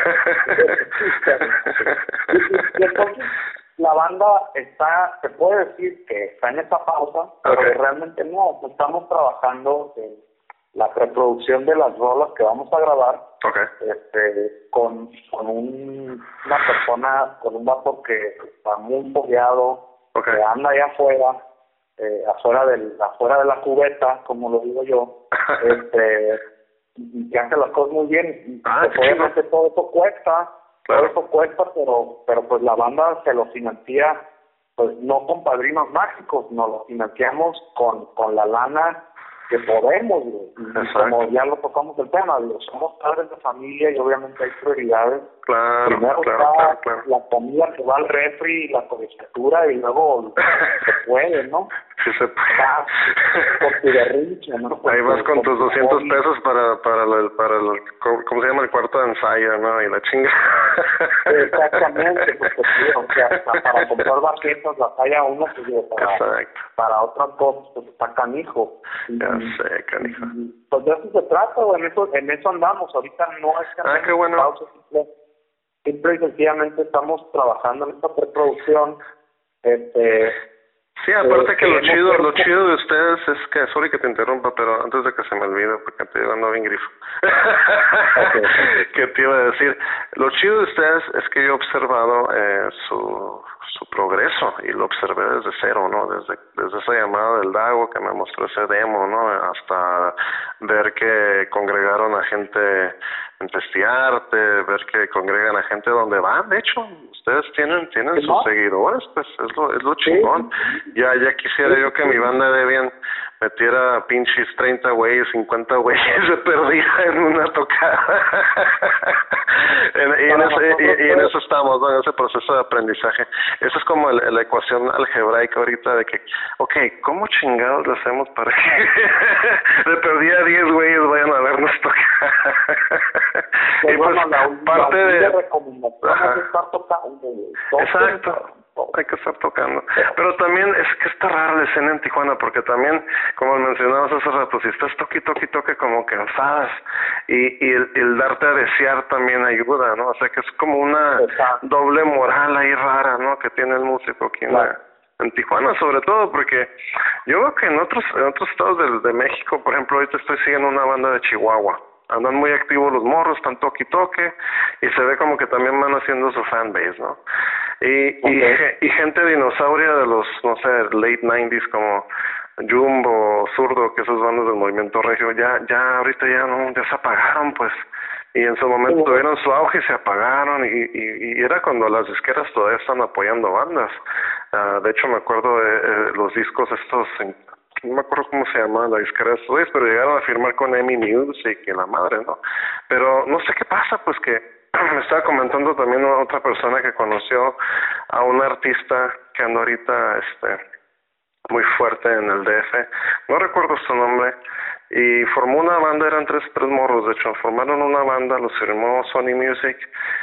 Y entonces la banda se puede decir que está en esa pausa, pero realmente no, estamos trabajando en la preproducción de las rolas que vamos a grabar, con una persona, con un vato que está muy fogueado, que anda allá afuera, afuera de la cubeta, como lo digo yo, y que hace las cosas muy bien, y obviamente todo eso cuesta. Todo eso cuesta, pero pues la banda se lo financia, pues no con padrinos mágicos, nos lo financiamos con la lana que podemos, y como ya lo tocamos el tema, somos padres de familia y obviamente hay prioridades. Primero está la comida que va al refri, la colegiatura, y luego se puede, ¿no? Sí se puede. Por tu berrinche, ¿no? Ahí vas con tus 200 pesos para ¿cómo se llama? El cuarto de ensayo, ¿no? Y la chinga. Exactamente, porque sí, o sea, para comprar baquetas, la talla uno, pues para otras cosas, pues está canijo. Ya sé, canijo. Pues de eso se trata, o en eso andamos. Ahorita no es que qué bueno. Simple y sencillamente estamos trabajando en esta preproducción. Sí, aparte que lo chido de ustedes es que, sorry que te interrumpa, pero antes de que se me olvide, porque te digo, no bien grifo. ¿Qué te iba a decir? Lo chido de ustedes es que yo he observado su progreso, y lo observé desde cero, ¿no? Desde esa llamada del Dago que me mostró ese demo, ¿no? Hasta ver que congregaron a gente en Festiarte, ver que congregan a gente donde van. De hecho, ustedes tienen sus seguidores, pues es lo chingón. Ya quisiera yo que mi banda de bien metiera pinches 30 güeyes, 50 güeyes, se perdía en una tocada. y en eso estamos, ¿no? En ese proceso de aprendizaje. Esa es como la ecuación algebraica ahorita de que, okay, ¿cómo chingados le hacemos para que de perdida 10 güeyes vayan a vernos tocar? Y pues parte de recomendación es estar tocando. Exacto. Hay que estar tocando. Pero también es que está rara la escena en Tijuana, porque también, como mencionabas hace rato, si estás toque como que enfadas, y el darte a desear también ayuda, ¿no? O sea que es como una doble moral ahí rara, ¿no? Que tiene el músico aquí en Tijuana, sobre todo, porque yo veo que en otros estados de México, por ejemplo, ahorita estoy siguiendo una banda de Chihuahua. Andan muy activos los morros, están toque y se ve como que también van haciendo su fanbase, ¿no? Y gente dinosauria de los, no sé, late 90s como Jumbo, Zurdo, que esas bandas del movimiento regio, ya ahorita ya se apagaron, pues. Y en su momento tuvieron su auge y se apagaron, y era cuando las disqueras todavía están apoyando bandas. De hecho, me acuerdo de los discos estos, no me acuerdo cómo se llamaba la disquera de estos, pero llegaron a firmar con EMI Music y la madre, ¿no? Pero no sé qué pasa, pues que me estaba comentando también otra persona que conoció a un artista que anda ahorita muy fuerte en el DF, no recuerdo su nombre, y formó una banda, eran tres morros, de hecho, formaron una banda, los firmó Sony Music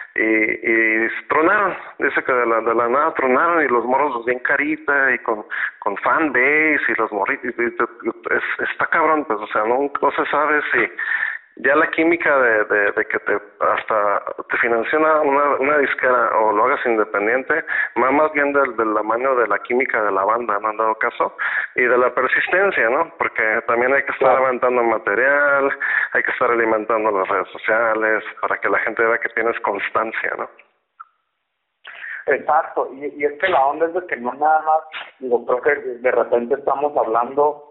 y tronaron, dice que de la nada tronaron, y los morros bien carita y con fan base y los morritos, está cabrón, pues, o sea, no se sabe si ya la química de que hasta te financia una disquera o lo hagas independiente, más bien de la mano de la química de la banda, ¿no? Han dado caso, y de la persistencia, ¿no? Porque también hay que estar levantando material, hay que estar alimentando las redes sociales para que la gente vea que tienes constancia, ¿no? Exacto, y es que la onda es de que no nada más, creo que de repente estamos hablando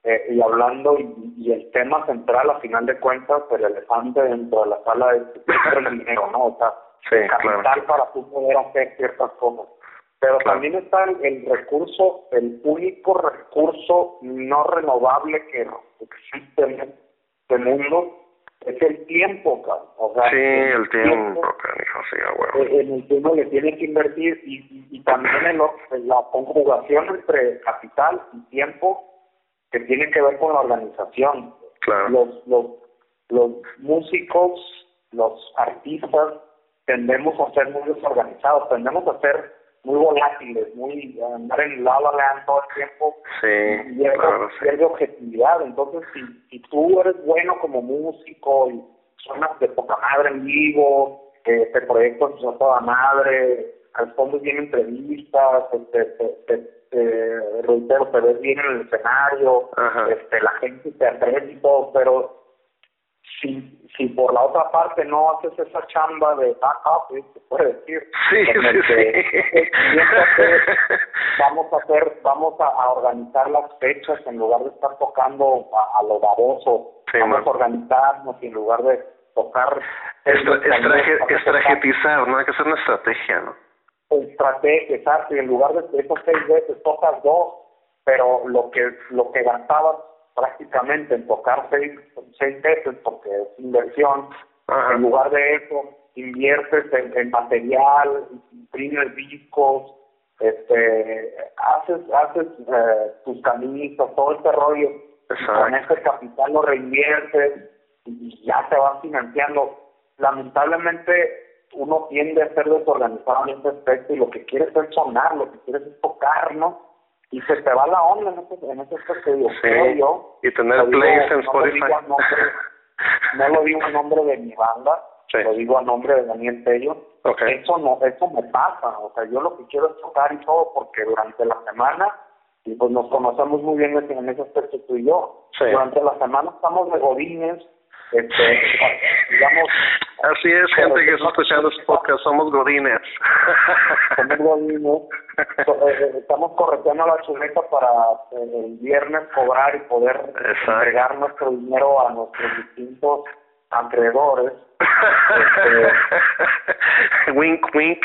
y el tema central, a final de cuentas, el elefante dentro de la sala es el dinero, ¿no? O sea, el capital para tú poder hacer ciertas cosas. Pero también está el recurso, el único recurso no renovable que existe en este mundo, es el tiempo, cabrón. O sea, el tiempo, canijo, sí, bueno. En el tiempo le tienes que invertir y también en la conjugación entre capital y tiempo, que tiene que ver con la organización. Claro. Los músicos, los artistas, tendemos a ser muy desorganizados, tendemos a ser muy volátiles, andar en la land todo el tiempo, y pierde objetividad. Entonces, si tú eres bueno como músico y suenas de poca madre en vivo, te proyectas a toda madre, respondes bien entrevistas, reitero, te ves bien en el escenario, la gente te aprecia y todo, pero si por la otra parte no haces esa chamba de backup, se puede decir, vamos a organizar las fechas en lugar de estar tocando a lo baboso, vamos a organizarnos y en lugar de tocar estrategizar, ¿no? Hay que hacer una estrategia, ¿no? Estrategia, exacto, y en lugar de esas 6 veces tocas 2, pero lo que gastabas prácticamente en tocar 6 veces, porque es inversión, en lugar de eso inviertes en material, imprimes discos, haces tus camisas, todo este rollo, y con ese capital lo reinviertes y ya te vas financiando. Lamentablemente uno tiende a ser desorganizado en ese aspecto y lo que quieres es sonar, lo que quieres es tocar, ¿no? Y se te va la onda en ese aspecto, creo yo. Y tener plays en Spotify. No lo digo a nombre de mi banda, lo digo a nombre de Daniel Tello. Eso me pasa, o sea, yo lo que quiero es tocar y todo, porque durante la semana, y pues nos conocemos muy bien en ese aspecto tú y yo, durante la semana estamos de godines, digamos. Así es, gente que está escuchando este podcast, somos godines. Somos godines. Estamos correteando la chuleta para el viernes cobrar y poder entregar nuestro dinero a nuestros distintos acreedores. Wink, wink.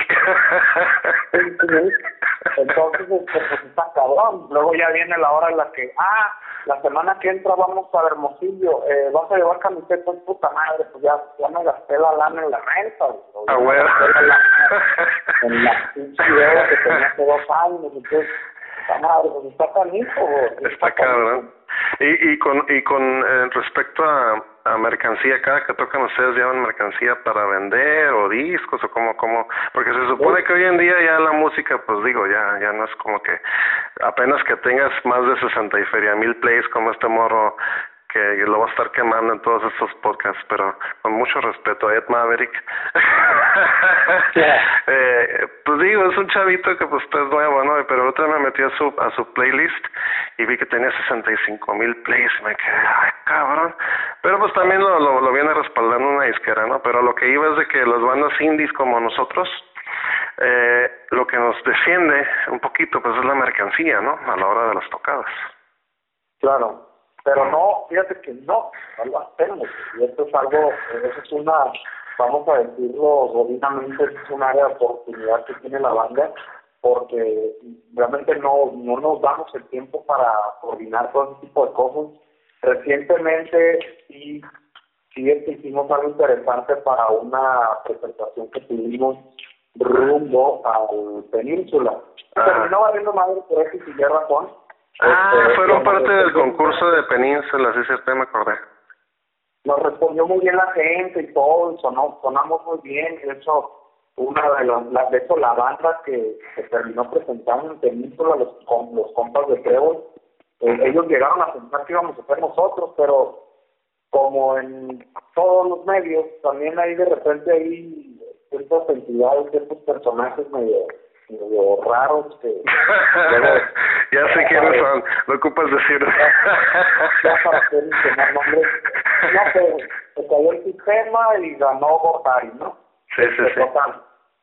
Entonces, pues está cabrón. Luego ya viene la hora en la que, la semana que entra vamos a Hermosillo, vas a llevar camisetas, puta madre, pues ya me gasté la lana en la renta. Bueno. En la pinche idea que tenía hace 2 años, entonces, puta madre, pues está canijo. Está cabrón. Y con respecto a mercancía, cada que tocan ustedes llevan mercancía para vender o discos o como porque se supone que hoy en día ya la música, pues digo, ya no es como que apenas que tengas más de 60 y feria mil plays como este morro que lo va a estar quemando en todos estos podcasts, pero con mucho respeto a Ed Maverick. Pues digo, es un chavito que pues es nuevo, ¿no? Pero otra me metí a su playlist y vi que tenía 65,000 plays y me quedé, ay, cabrón. Pero pues también lo viene respaldando una disquera, ¿no? Pero lo que iba es de que las bandas indies como nosotros, lo que nos defiende un poquito pues es la mercancía, ¿no? A la hora de las tocadas. Claro. Pero no, fíjate que no lo hacemos. Y esto es algo, eso es una, vamos a decirlo godinamente, es un área de oportunidad que tiene la banda, porque realmente no nos damos el tiempo para coordinar todo ese tipo de cosas. Recientemente sí hicimos algo interesante para una presentación que tuvimos rumbo al Península. Terminó valiendo madre por eso y sin razón. Fueron parte del concurso de Península, sí, me acordé. Nos respondió muy bien la gente y todo, y sonamos muy bien. De hecho, una de la banda que terminó presentando en Península, los compas de Trébol, ellos llegaron a pensar que íbamos a ser nosotros, pero como en todos los medios, también hay de repente ahí ciertas entidades, ciertos personajes medio raros que ya sé quiénes son, no ocupas decir ya para hacer mencionar nombres, no, pero se cayó el sistema y ganó Gortari, ¿no? Sí. Total.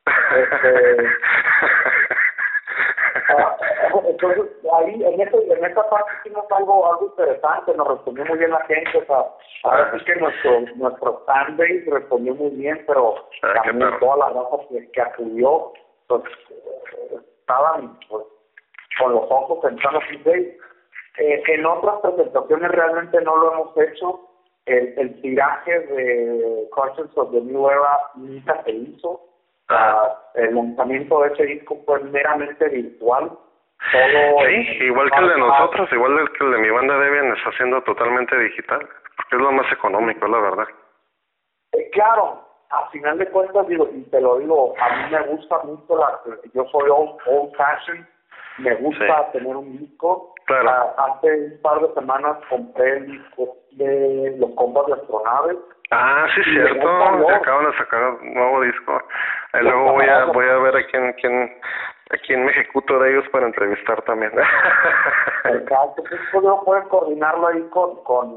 Entonces ahí en esta parte hicimos algo interesante, nos respondió muy bien la gente, o sea, a veces que nuestro fanbase respondió muy bien, pero también toda la raza que acudió, pues estaban pues con los ojos pensando así. En otras presentaciones realmente no lo hemos hecho. El tiraje de Conscience of the New Era nunca se hizo. El lanzamiento de ese disco fue meramente virtual. Sí, igual que el de nosotros, igual que el de mi banda Debian está haciendo totalmente digital, porque es lo más económico, la verdad. Claro, a final de cuentas, digo, y te lo digo, a mí me gusta mucho yo soy old fashion, me gusta tener un disco. Claro. Hace un par de semanas compré el disco de Los Compas de Astronaves. Sí, cierto, acaban de sacar un nuevo disco. Luego voy a ver a quién me ejecuto de ellos para entrevistar también. Exacto, pues no puedes coordinarlo ahí con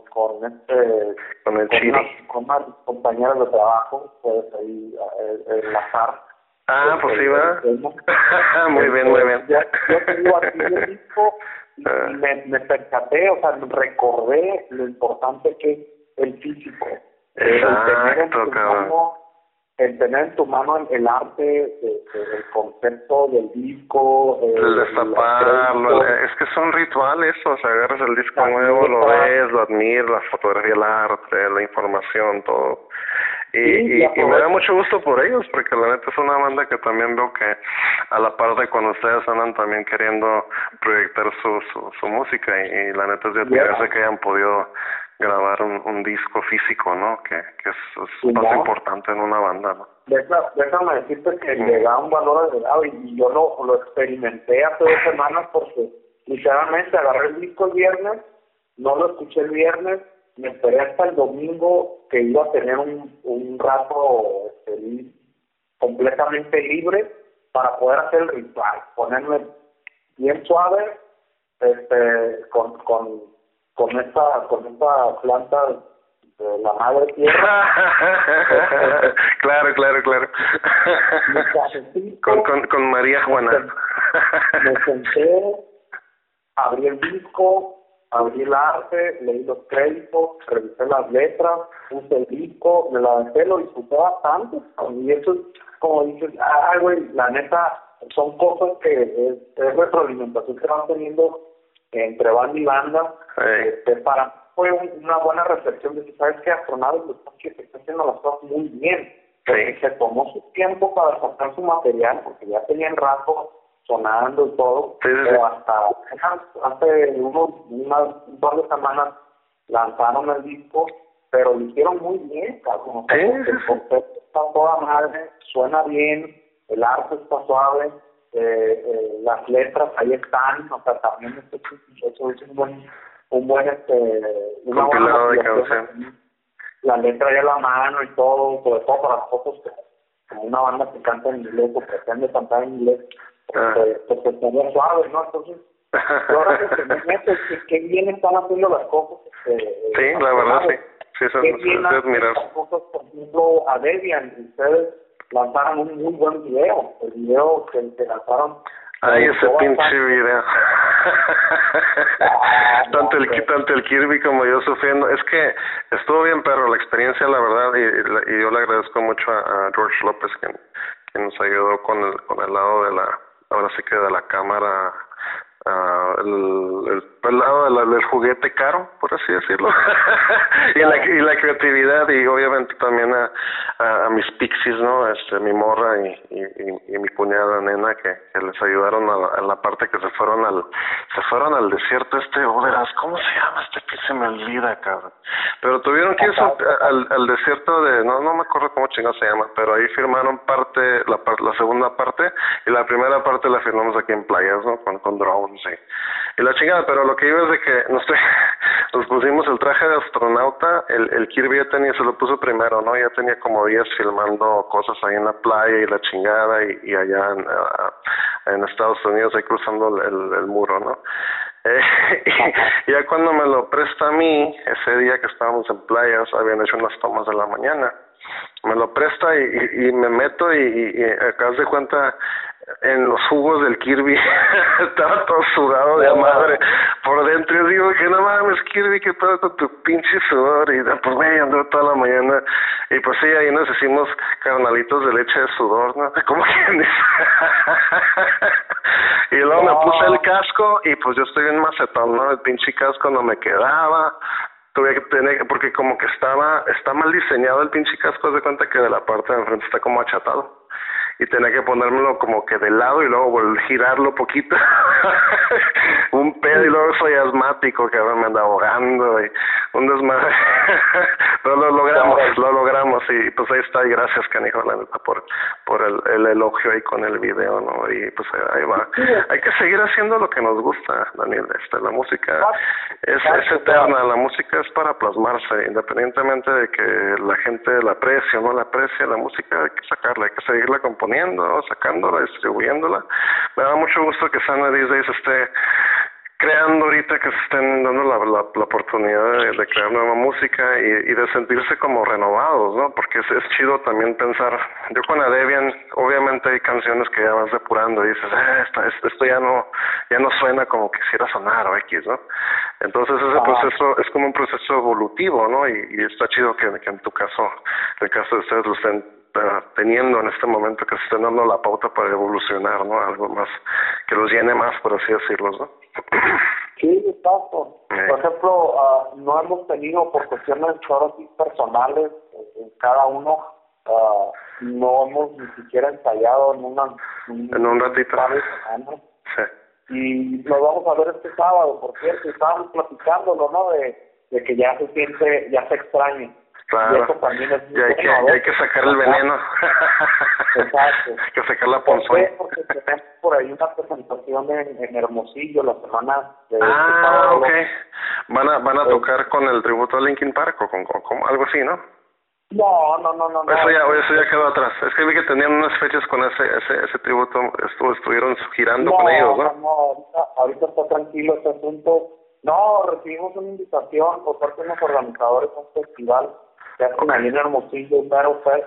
el Chiri. Con unas compañeras de trabajo, puedes ahí enlazar. Pues sí, va. Muy bien. Yo te digo aquí el disco y me percaté, o sea, recordé lo importante que es el físico. El tener en tu mano el arte, el concepto del disco, el destaparlo, es que es un ritual eso, o sea, agarras el disco nuevo, lo ves, lo admiras, la fotografía, el arte, la información, todo. Y me da mucho gusto por ellos, porque la neta es una banda que también veo que a la par de cuando ustedes andan también queriendo proyectar su música, y la neta es de admirarse que hayan podido grabar un disco físico, ¿no? Que es más importante en una banda, ¿no? Déjame decirte que le da un valor agregado, y yo lo experimenté hace 2 semanas, porque literalmente agarré el disco el viernes, no lo escuché el viernes, me esperé hasta el domingo que iba a tener un rato completamente libre para poder hacer el ritual, ponerme bien suave, con esta planta de la madre tierra. Claro. con María Juana. Me senté, abrí el disco, abrí el arte, leí los créditos, revisé las letras, puse el disco, me la aventé, lo disfruté bastante. Y eso es como dices, güey, la neta, son cosas que es retroalimentación que van teniendo entre banda y banda. Para fue una buena reflexión de que sabes que Astronaves está haciendo las cosas muy bien, porque se tomó su tiempo para sacar su material, porque ya tenían rato sonando y todo, pero hasta hace un par de semanas lanzaron el disco, pero lo hicieron muy bien, cabrón. El concepto está toda madre, suena bien, el arte está suave, las letras ahí están, o sea, también eso es una buena canción. La letra ya a la mano y todo, sobre todo para nosotros, como una banda que canta en inglés o pretende cantar en inglés, pues está muy suave, ¿no? Entonces, ahora que me meto, que bien están haciendo las cosas. Sí, la verdad, sí. Sí, eso es admirar. Las cosas, por ejemplo, a Debian, ustedes lanzaron un muy buen video, el video que lanzaron. Ay, ese pinche video. tanto el Kirby como yo sufriendo. Es que estuvo bien, pero la experiencia, la verdad, y yo le agradezco mucho a George López, que nos ayudó con el lado de ahora sí que de la cámara, el lado del juguete caro, por así decirlo. y la creatividad, y obviamente también a mis pixies, ¿no? Mi morra y mi cuñada nena que les ayudaron a la parte que se fueron al desierto verás, ¿cómo se llama que se me olvida, cabrón? Pero tuvieron que irse al desierto no me acuerdo cómo chingados se llama, pero ahí firmaron la segunda parte, y la primera parte la firmamos aquí en playas, ¿no? Con drones y la chingada, pero lo que iba es de que nos pusimos el traje de astronauta, el Kirby se lo puso primero, ¿no? Ya tenía como días filmando cosas ahí en la playa y la chingada, y allá en Estados Unidos, ahí cruzando el muro, ¿no? Y ya cuando me lo presta a mí, ese día que estábamos en playas, habían hecho unas tomas de la mañana, me lo presta y me meto y acá de cuenta en los jugos del Kirby estaba todo sudado de madre por dentro. Yo digo que no mames, Kirby, ¿qué pedo con tu pinche sudor? Y pues güey, andó toda la mañana, y pues sí, ahí nos hicimos carnalitos de leche de sudor, ¿no? Como quien dice. Y luego me puse el casco y pues yo estoy en macetón, ¿no? El pinche casco no me quedaba. Tuve que tener, porque como que está mal diseñado el pinche casco, de cuenta que de la parte de enfrente está como achatado, y tenía que ponérmelo como que de lado y luego girarlo poquito. Un pedo, y luego soy asmático, que ahora me anda ahogando y un desmadre. Pero lo logramos, y pues ahí está, y gracias, canijo, la neta, por el elogio ahí con el video, ¿no? Y pues ahí va. Hay que seguir haciendo lo que nos gusta, Daniel. La música es eterna, la música es para plasmarse, independientemente de que la gente la aprecie o no la aprecie, la música hay que sacarla, hay que seguirla componiendo, sacándola, distribuyéndola. Me da mucho gusto que Sana These Days esté creando ahorita, que se estén dando la oportunidad de crear nueva música y de sentirse como renovados, ¿no? Porque es chido también pensar, yo con la Debian, obviamente hay canciones que ya vas depurando y dices, esto ya no suena como quisiera sonar o X, ¿no? Entonces ese proceso es como un proceso evolutivo, ¿no? Y está chido que en tu caso, en el caso de ustedes, lo estén teniendo en este momento, que se estén dando la pauta para evolucionar, ¿no? Algo más que los llene más, por así decirlo, ¿no? Sí, exacto. Por ejemplo, no hemos tenido, por cuestiones ahora sí personales, cada uno, no hemos ni siquiera ensayado en un ratito. Sí. Y nos vamos a ver este sábado, por cierto, estábamos platicándolo, ¿no? De que ya se extraña. Claro, y eso también es muy hay que sacar el veneno. Exacto. Hay que sacar la ponzoña. Porque tenemos por ahí una presentación en Hermosillo la semana de ok. Van a tocar con el tributo a Linkin Park o con algo así, ¿no? No. Eso ya quedó atrás. Es que vi que tenían unas fechas con ese tributo, estuvieron girando con ellos, ¿no? No, ahorita está tranquilo este asunto. No, recibimos una invitación por parte de los organizadores de un festival que hacen ahí en Hermosillo, Battle Fest.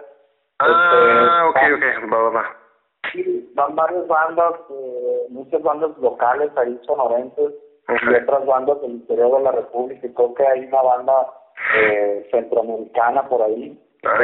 Ok, va. Sí, van varias bandas, muchas bandas locales ahí sonorenses, y otras bandas del interior de la República, y creo que hay una banda centroamericana por ahí.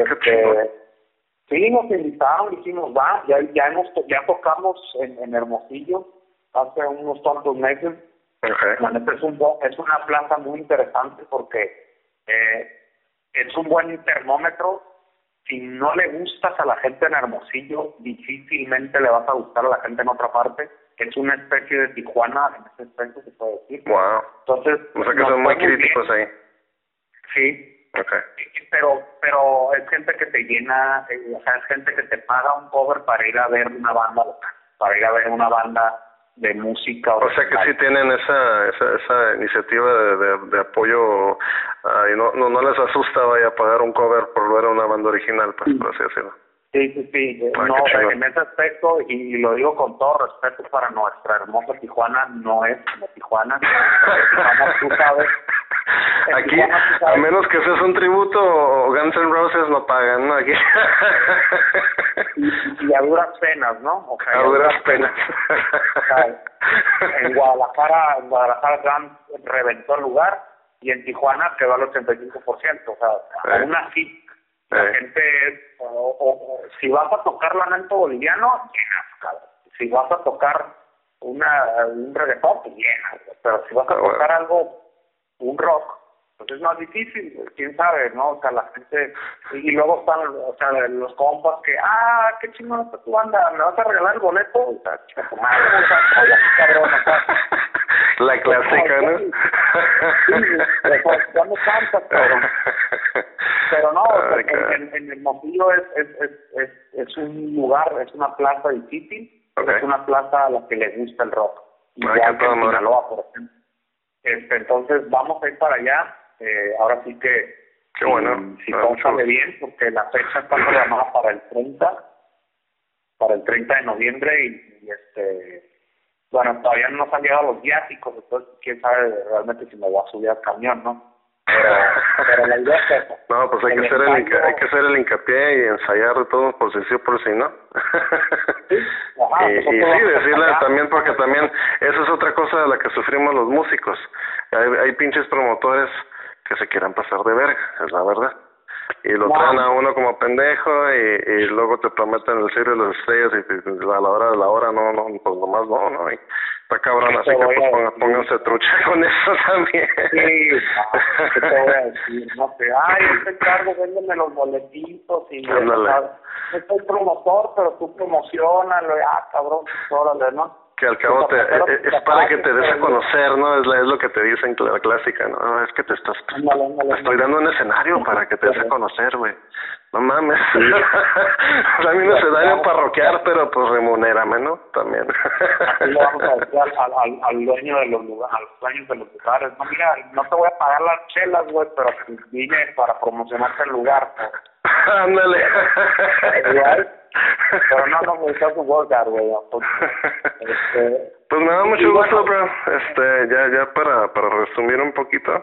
Sí, nos invitaron, dijimos, ya tocamos en Hermosillo hace unos cuantos meses. La neta es una plaza muy interesante porque es un buen termómetro. Si no le gustas a la gente en Hermosillo, difícilmente le vas a gustar a la gente en otra parte. Es una especie de Tijuana, en ese aspecto se puede decir. Wow. Entonces, o sea que son muy críticos ahí. Sí. Pero es gente que te llena, o sea, es gente que te paga un cover para ir a ver una banda local, para ir a ver una banda de música. O sea que sí tienen esa iniciativa de apoyo, y no les asusta vaya a pagar un cover por ver a una banda original, pues, por así decirlo. Sí. No, en ese aspecto, y lo digo con todo respeto para nuestra hermosa Tijuana, no es como Tijuana. Tijuana, tú sabes. Aquí, a menos que seas un tributo o Guns N' Roses, no pagan, ¿no? Aquí. y a duras penas, ¿no? O sea, a duras penas. En Guadalajara Guns reventó el lugar, y en Tijuana quedó al 85%. O sea, aún así, la gente, si vas a tocar lamento boliviano, llenas, cabrón. Si vas a tocar un reggaetón, pues llenas. Pero si vas a tocar algo, un rock, pues es más difícil, quién sabe, ¿no? O sea, la gente, y luego están, o sea, los compas que, qué chingón está tu banda, ¿me vas a regalar el boleto? O sea, chica, tu madre, o sea, cabrón, o sea, la clásica, ¿no? Sí, ya me cantas, cabrón. Pero no, o sea, en Hermosillo es un lugar, es una plaza difícil, es una plaza a la que le gusta el rock, igual que en Sinaloa, por ejemplo. Entonces vamos a ir para allá, ahora sí que qué bueno, si todo sale bien, porque la fecha está programada para el 30 de noviembre y bueno, todavía no nos han llegado los viáticos, entonces quién sabe realmente si me voy a subir al camión, ¿no? Pero la idea es esa. No, pues hay que hacer el hincapié y ensayar de todo por si sí, por si no. Sí, ajá, y sí, decirle también, porque también eso es otra cosa de la que sufrimos los músicos. Hay pinches promotores que se quieran pasar de verga, es la verdad. Y lo traen a uno como pendejo y luego te prometen el cielo y las estrellas y a la hora de la hora no, pues nomás no. Y está cabrón, así que pues pónganse trucha con eso también. Sí, ¿qué te voy a decir? No sé, yo te encargo, véndeme los boletitos y ándale. No soy promotor, pero tú promocionalo, cabrón, órale, ¿no? Que al cabo es para que te des a conocer, ¿no? Es lo que te dicen, la clásica, ¿no? Es que te estoy dando un escenario para que te des a conocer, güey. No mames. Sí. Dame un escenario para rockear, pero pues remunérame, ¿no? También. Así le vamos a decir al dueño de los lugares, a los dueños de los lugares. No, mira, no te voy a pagar las chelas, güey, pero vine para promocionarte el lugar, ¿no? Ándale. Pero no me gusta su workout, güey. Pues me da mucho gusto, bro. Ya para resumir un poquito,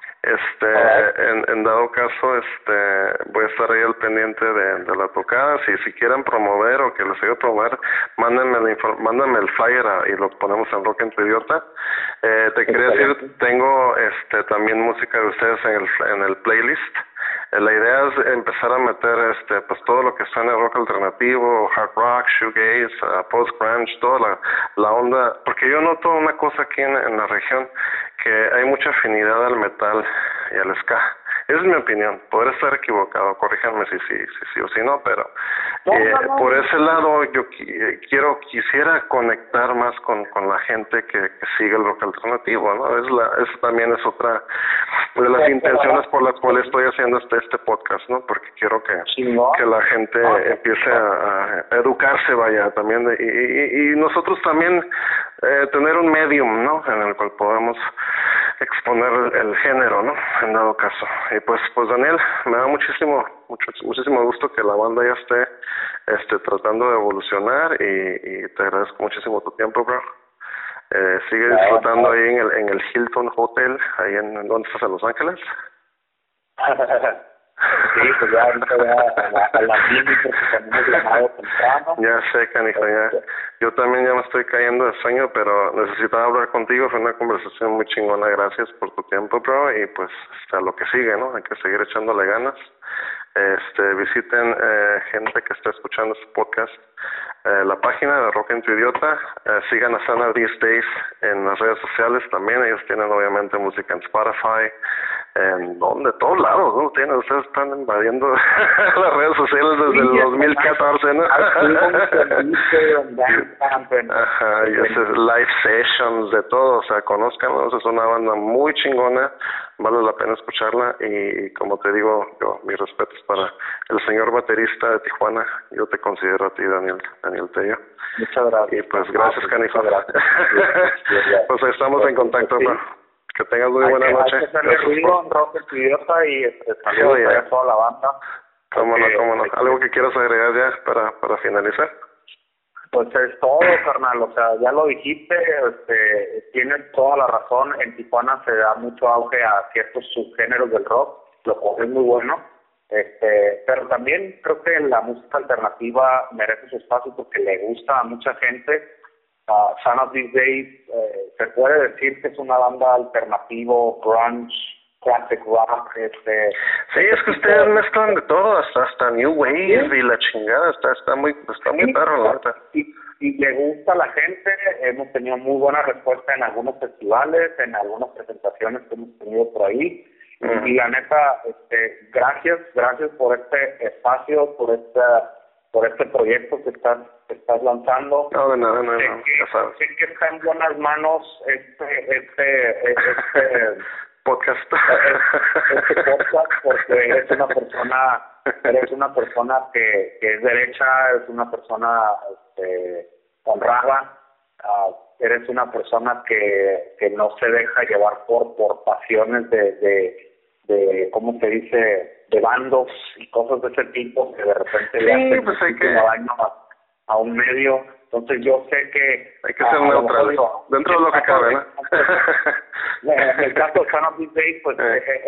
en dado caso, voy a estar ahí al pendiente de la tocada. Si quieren promover o que les ayude a promover, mándenme el flyer y lo ponemos en Rock Entre Idiota. Te quería decir, tengo también música de ustedes en el playlist. La idea es empezar a meter pues todo lo que suena rock alternativo, hard rock, shoegaze, post-grunge, toda la onda, porque yo noto una cosa aquí en la región, que hay mucha afinidad al metal y al ska. Esa es mi opinión, podré estar equivocado, corríjanme si sí o si no, pero por ese lado yo quisiera conectar más con la gente que sigue el rock alternativo, ¿no? Eso también es otra de las intenciones por las cuales estoy haciendo este podcast, ¿no? Porque quiero que la gente empiece a educarse, vaya, también, y nosotros también tener un medium, ¿no? En el cual podamos exponer el género, ¿no? En dado caso. Y pues Daniel, me da muchísimo gusto que la banda ya esté tratando de evolucionar y te agradezco muchísimo tu tiempo, bro. Sigue disfrutando ahí en el Hilton Hotel, ahí en ¿dónde estás? ¿En Los Ángeles? Sí, pues ya ahorita ya a la mini porque también es llamado temprano. Ya sé, canijo, ya. Yo también ya me estoy cayendo de sueño, pero necesitaba hablar contigo. Fue una conversación muy chingona. Gracias por tu tiempo, bro. Y pues a lo que sigue, ¿no? Hay que seguir echándole ganas. Visiten, gente que está escuchando este podcast, la página de Rock en tu Idiota. Sigan a Sana These Days en las redes sociales también. Ellos tienen obviamente música en Spotify, en donde, todos lados, ¿no? Ustedes están invadiendo las redes sociales desde el 2014, ¿no? Ajá, y ese live sessions, de todo, o sea, conózcanlos, es una banda muy chingona, vale la pena escucharla, y como te digo, yo, mis respetos para el señor baterista de Tijuana. Yo te considero a ti, Daniel Tello. Muchas gracias. Y pues gracias, canijo. Gracias. Pues ahí estamos en contacto, bro. Que tengas muy buena noche. Hay que hacerle ruido en Rock en tu Idiota y saludos a toda la banda. Cómo no. ¿Algo que quieras agregar ya para finalizar? Pues es todo, carnal, o sea, ya lo dijiste, tienes toda la razón. En Tijuana se da mucho auge a ciertos subgéneros del rock, lo cual es muy bueno, pero también creo que la música alternativa merece su espacio porque le gusta a mucha gente. Son of These Days, se puede decir que es una banda alternativo, grunge, classic rock, Sí, es que ustedes mezclan de todo, hasta New Wave, ¿sí? Y la chingada, está muy perro, la verdad. Y le gusta a la gente. Hemos tenido muy buena respuesta en algunos festivales, en algunas presentaciones que hemos tenido por ahí. Y la neta, gracias por este espacio, por este proyecto que estás lanzando. No, de nada, ya sabes. Sé que está en buenas manos este podcast. Este podcast, porque eres una persona que es derecha, es una persona honrada, eres una persona que no se deja llevar por pasiones de ¿cómo se dice?, de bandos y cosas de ese tipo que de repente le hacen pues daño a un medio. Entonces yo sé que hay que ser neutral dentro de lo que cabe, ¿no? En el caso de Son of These Days, pues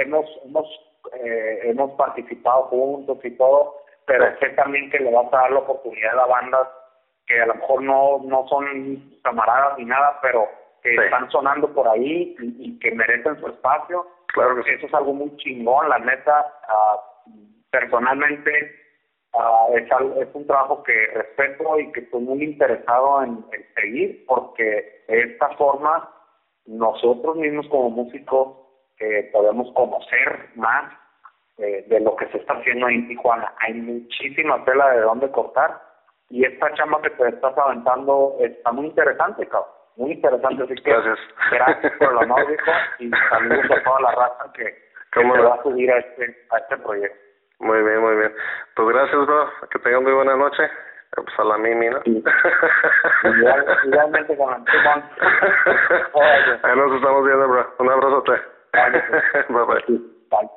hemos participado juntos y todo, pero sé también que le vas a dar la oportunidad a bandas que a lo mejor no son camaradas ni nada, pero que están sonando por ahí y que merecen su espacio. Claro que sí. Eso es algo muy chingón, la neta. Personalmente es un trabajo que respeto y que estoy muy interesado en seguir, porque de esta forma nosotros mismos como músicos podemos conocer más de lo que se está haciendo ahí en Tijuana. Hay muchísima tela de dónde cortar y esta chamba que te estás aventando está muy interesante, cabrón. Muy interesante, así que gracias por el honor, viejo, y saludos a toda la raza que se va a subir a este proyecto. Muy bien. Pues gracias, bro. Que tengan muy buena noche. Pues a la Mimi, ¿no? Sí. Igualmente con el Timón. Ahí nos estamos viendo, bro. Un abrazote. Bye. Bye.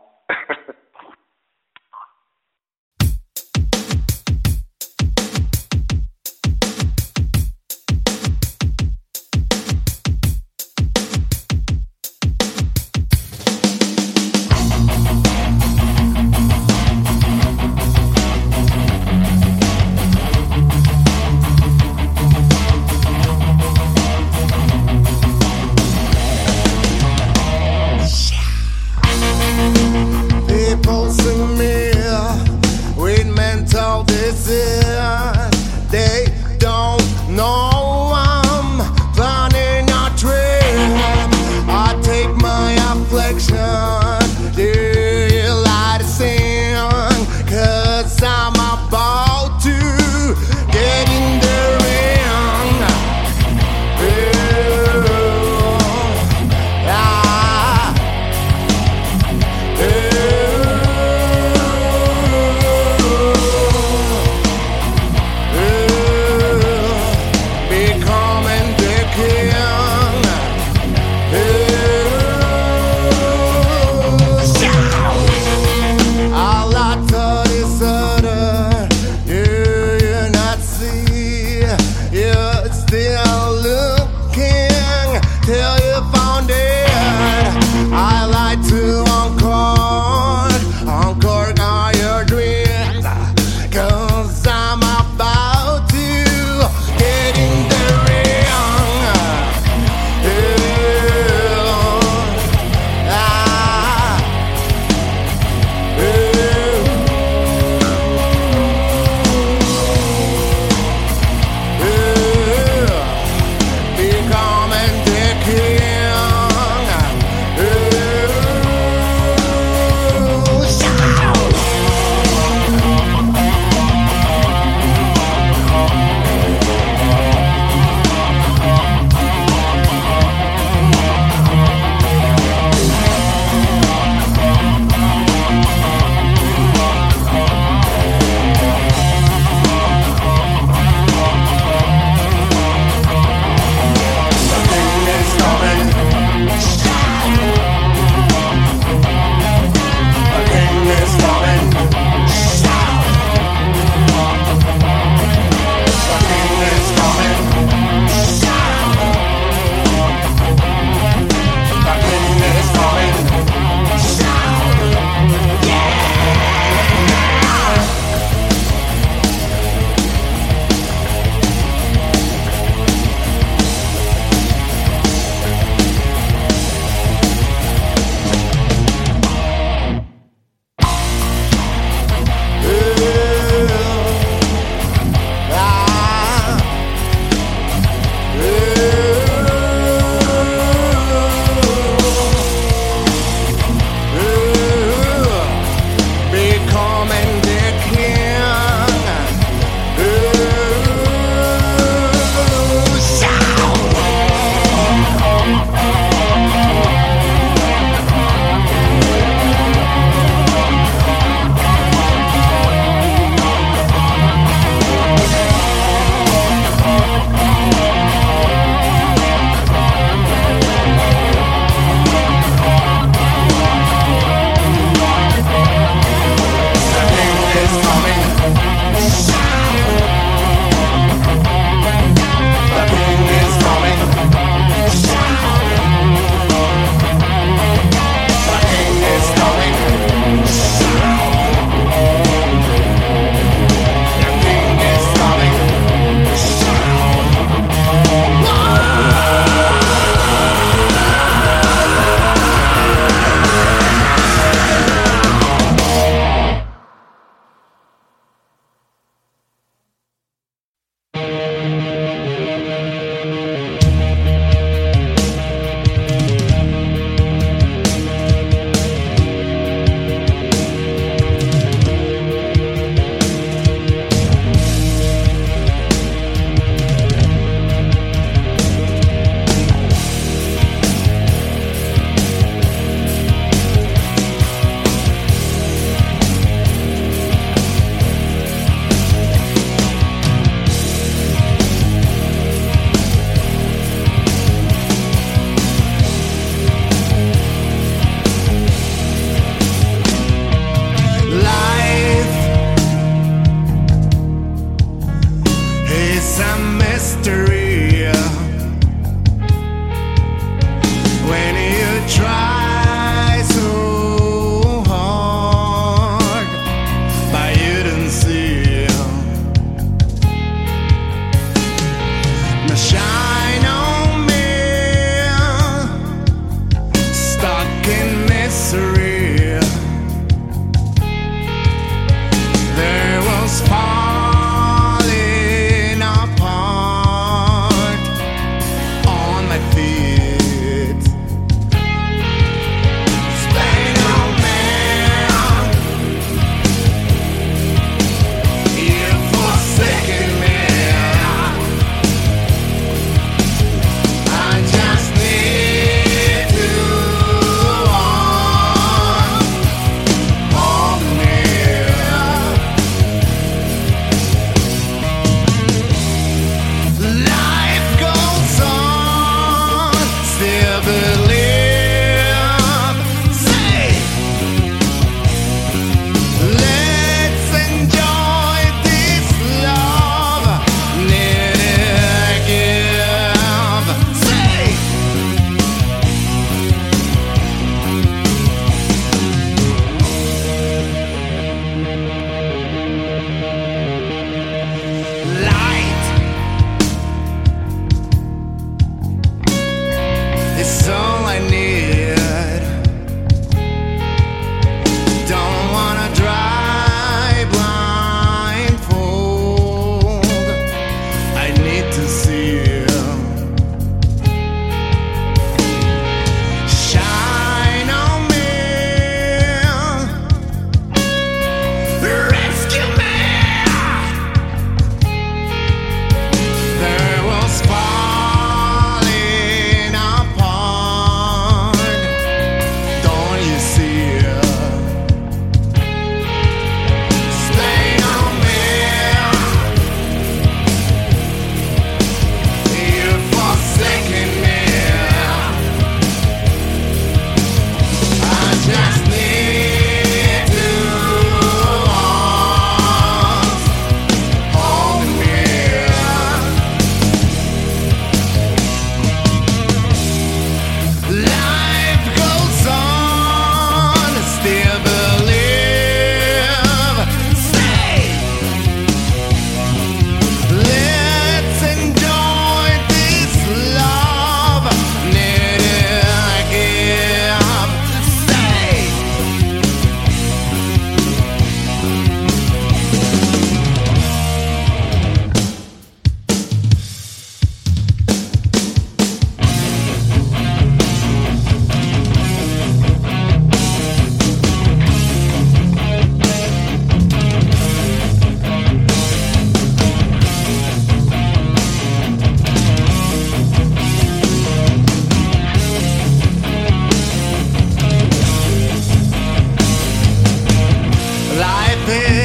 Pero